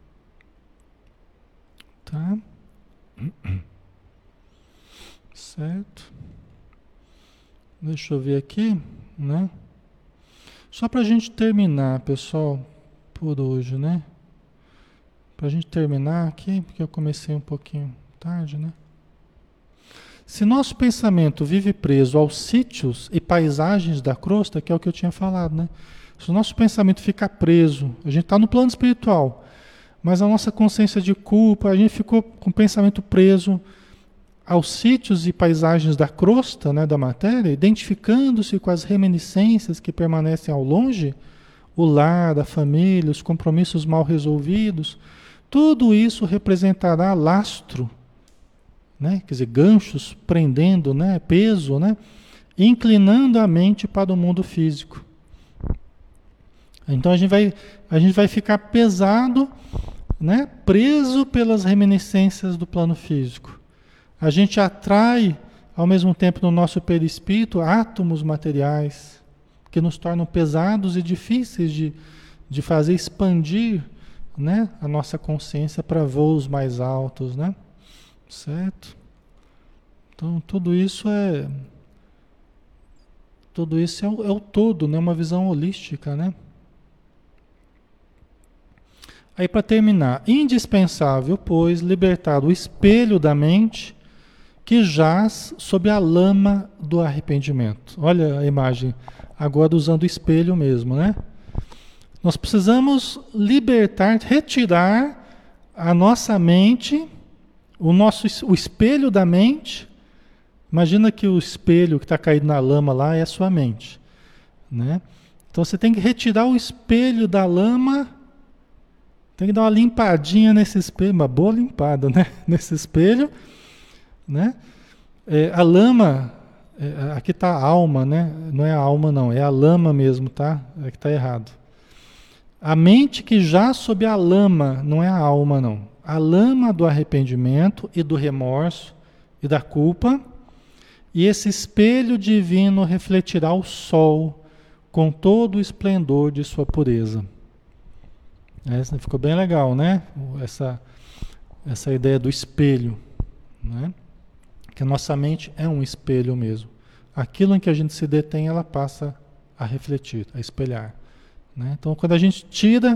Tá? Certo? Deixa eu ver aqui, né? Só para a gente terminar, pessoal, por hoje, né? Para a gente terminar aqui, porque eu comecei um pouquinho tarde, né? Se nosso pensamento vive preso aos sítios e paisagens da crosta, que é o que eu tinha falado, né? Se o nosso pensamento ficar preso, a gente está no plano espiritual, mas a nossa consciência de culpa, a gente ficou com o pensamento preso aos sítios e paisagens da crosta, né, da matéria, identificando-se com as reminiscências que permanecem ao longe, o lar, a família, os compromissos mal resolvidos, tudo isso representará lastro, né, quer dizer, ganchos prendendo, né, peso, né, inclinando a mente para o mundo físico. Então a gente vai ficar pesado, né, preso pelas reminiscências do plano físico. A gente atrai, ao mesmo tempo, no nosso perispírito, átomos materiais que nos tornam pesados e difíceis de fazer expandir, né, a nossa consciência para voos mais altos, né? Certo? Então, tudo isso é o todo, né? Uma visão holística, né? Aí, para terminar, indispensável, pois, libertar o espelho da mente que jaz sob a lama do arrependimento. Olha a imagem, agora usando o espelho mesmo, né? Nós precisamos libertar, retirar a nossa mente, o espelho da mente. Imagina que o espelho que está caído na lama lá é a sua mente, né? Então você tem que retirar o espelho da lama, tem que dar uma limpadinha nesse espelho, uma boa limpada, né? Nesse espelho, né? A lama, aqui está a alma, né? Não é a alma não, é a lama mesmo, tá? É que está errado. A mente que já sob a lama, não é a alma não. A lama do arrependimento e do remorso e da culpa, e esse espelho divino refletirá o sol com todo o esplendor de sua pureza. Essa ficou bem legal, né? Essa ideia do espelho, né? Que a nossa mente é um espelho mesmo. Aquilo em que a gente se detém, ela passa a refletir, a espelhar, né? Então, quando a gente tira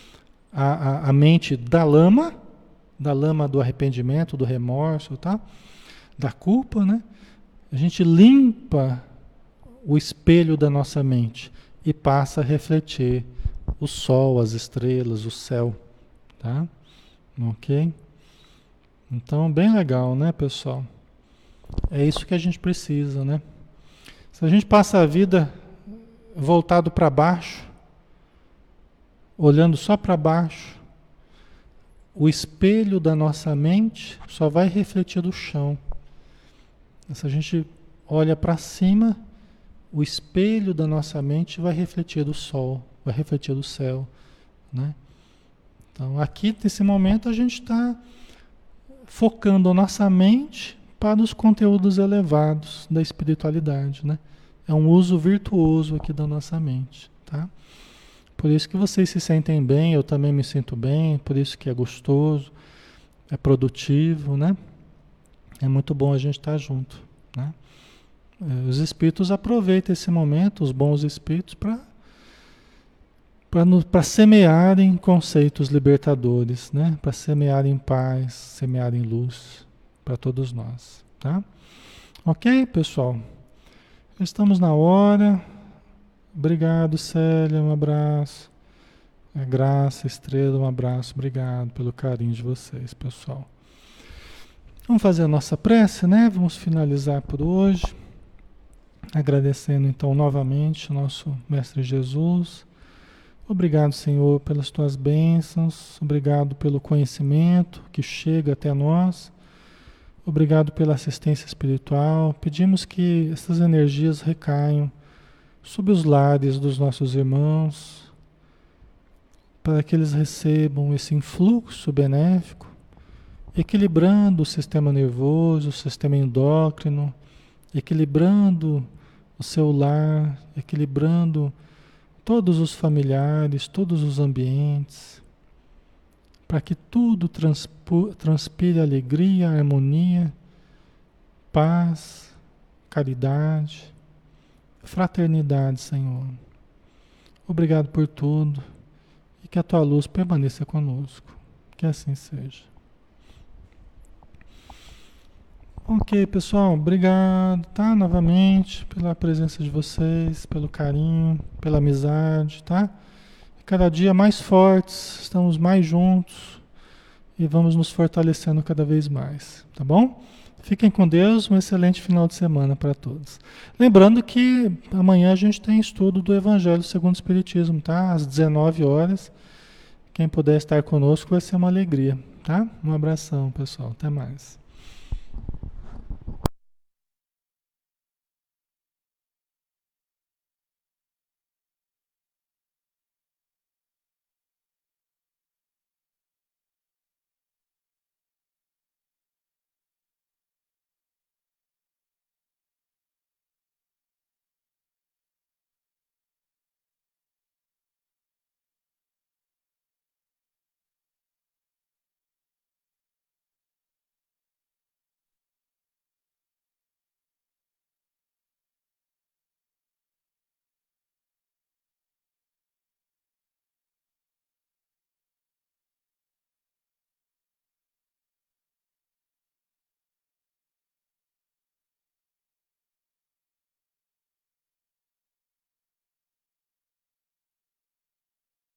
a mente da lama do arrependimento, do remorso, tá? Da culpa, né? A gente limpa o espelho da nossa mente e passa a refletir o sol, as estrelas, o céu, tá? Ok? Então, bem legal, né, pessoal? É isso que a gente precisa, né? Se a gente passa a vida voltado para baixo, olhando só para baixo, o espelho da nossa mente só vai refletir do chão. Se a gente olha para cima, o espelho da nossa mente vai refletir do sol, vai refletir do céu, né? Então, aqui nesse momento a gente está focando a nossa mente para os conteúdos elevados da espiritualidade, né? É um uso virtuoso aqui da nossa mente, tá? Por isso que vocês se sentem bem, eu também me sinto bem, por isso que é gostoso, é produtivo, né? É muito bom a gente estar junto, né? Os espíritos aproveitam esse momento, os bons espíritos, para semearem conceitos libertadores, né? Para semearem paz, semearem luz para todos nós, tá? Ok, pessoal? Estamos na hora. Obrigado, Célia, um abraço. Graça, Estrela, um abraço. Obrigado pelo carinho de vocês, pessoal. Vamos fazer a nossa prece, né? Vamos finalizar por hoje. Agradecendo então novamente o nosso Mestre Jesus. Obrigado, Senhor, pelas tuas bênçãos. Obrigado pelo conhecimento que chega até nós. Obrigado pela assistência espiritual. Pedimos que essas energias recaiam sobre os lares dos nossos irmãos, para que eles recebam esse influxo benéfico, equilibrando o sistema nervoso, o sistema endócrino, equilibrando o seu lar, equilibrando todos os familiares, todos os ambientes, para que tudo transpire alegria, harmonia, paz, caridade, fraternidade, Senhor. Obrigado por tudo e que a tua luz permaneça conosco. Que assim seja. Ok, pessoal, obrigado, tá? Novamente pela presença de vocês, pelo carinho, pela amizade, tá? Cada dia mais fortes, estamos mais juntos e vamos nos fortalecendo cada vez mais, tá bom? Fiquem com Deus, um excelente final de semana para todos. Lembrando que amanhã a gente tem estudo do Evangelho segundo o Espiritismo, tá? Às 19 horas. Quem puder estar conosco vai ser uma alegria, tá? Um abração, pessoal. Até mais.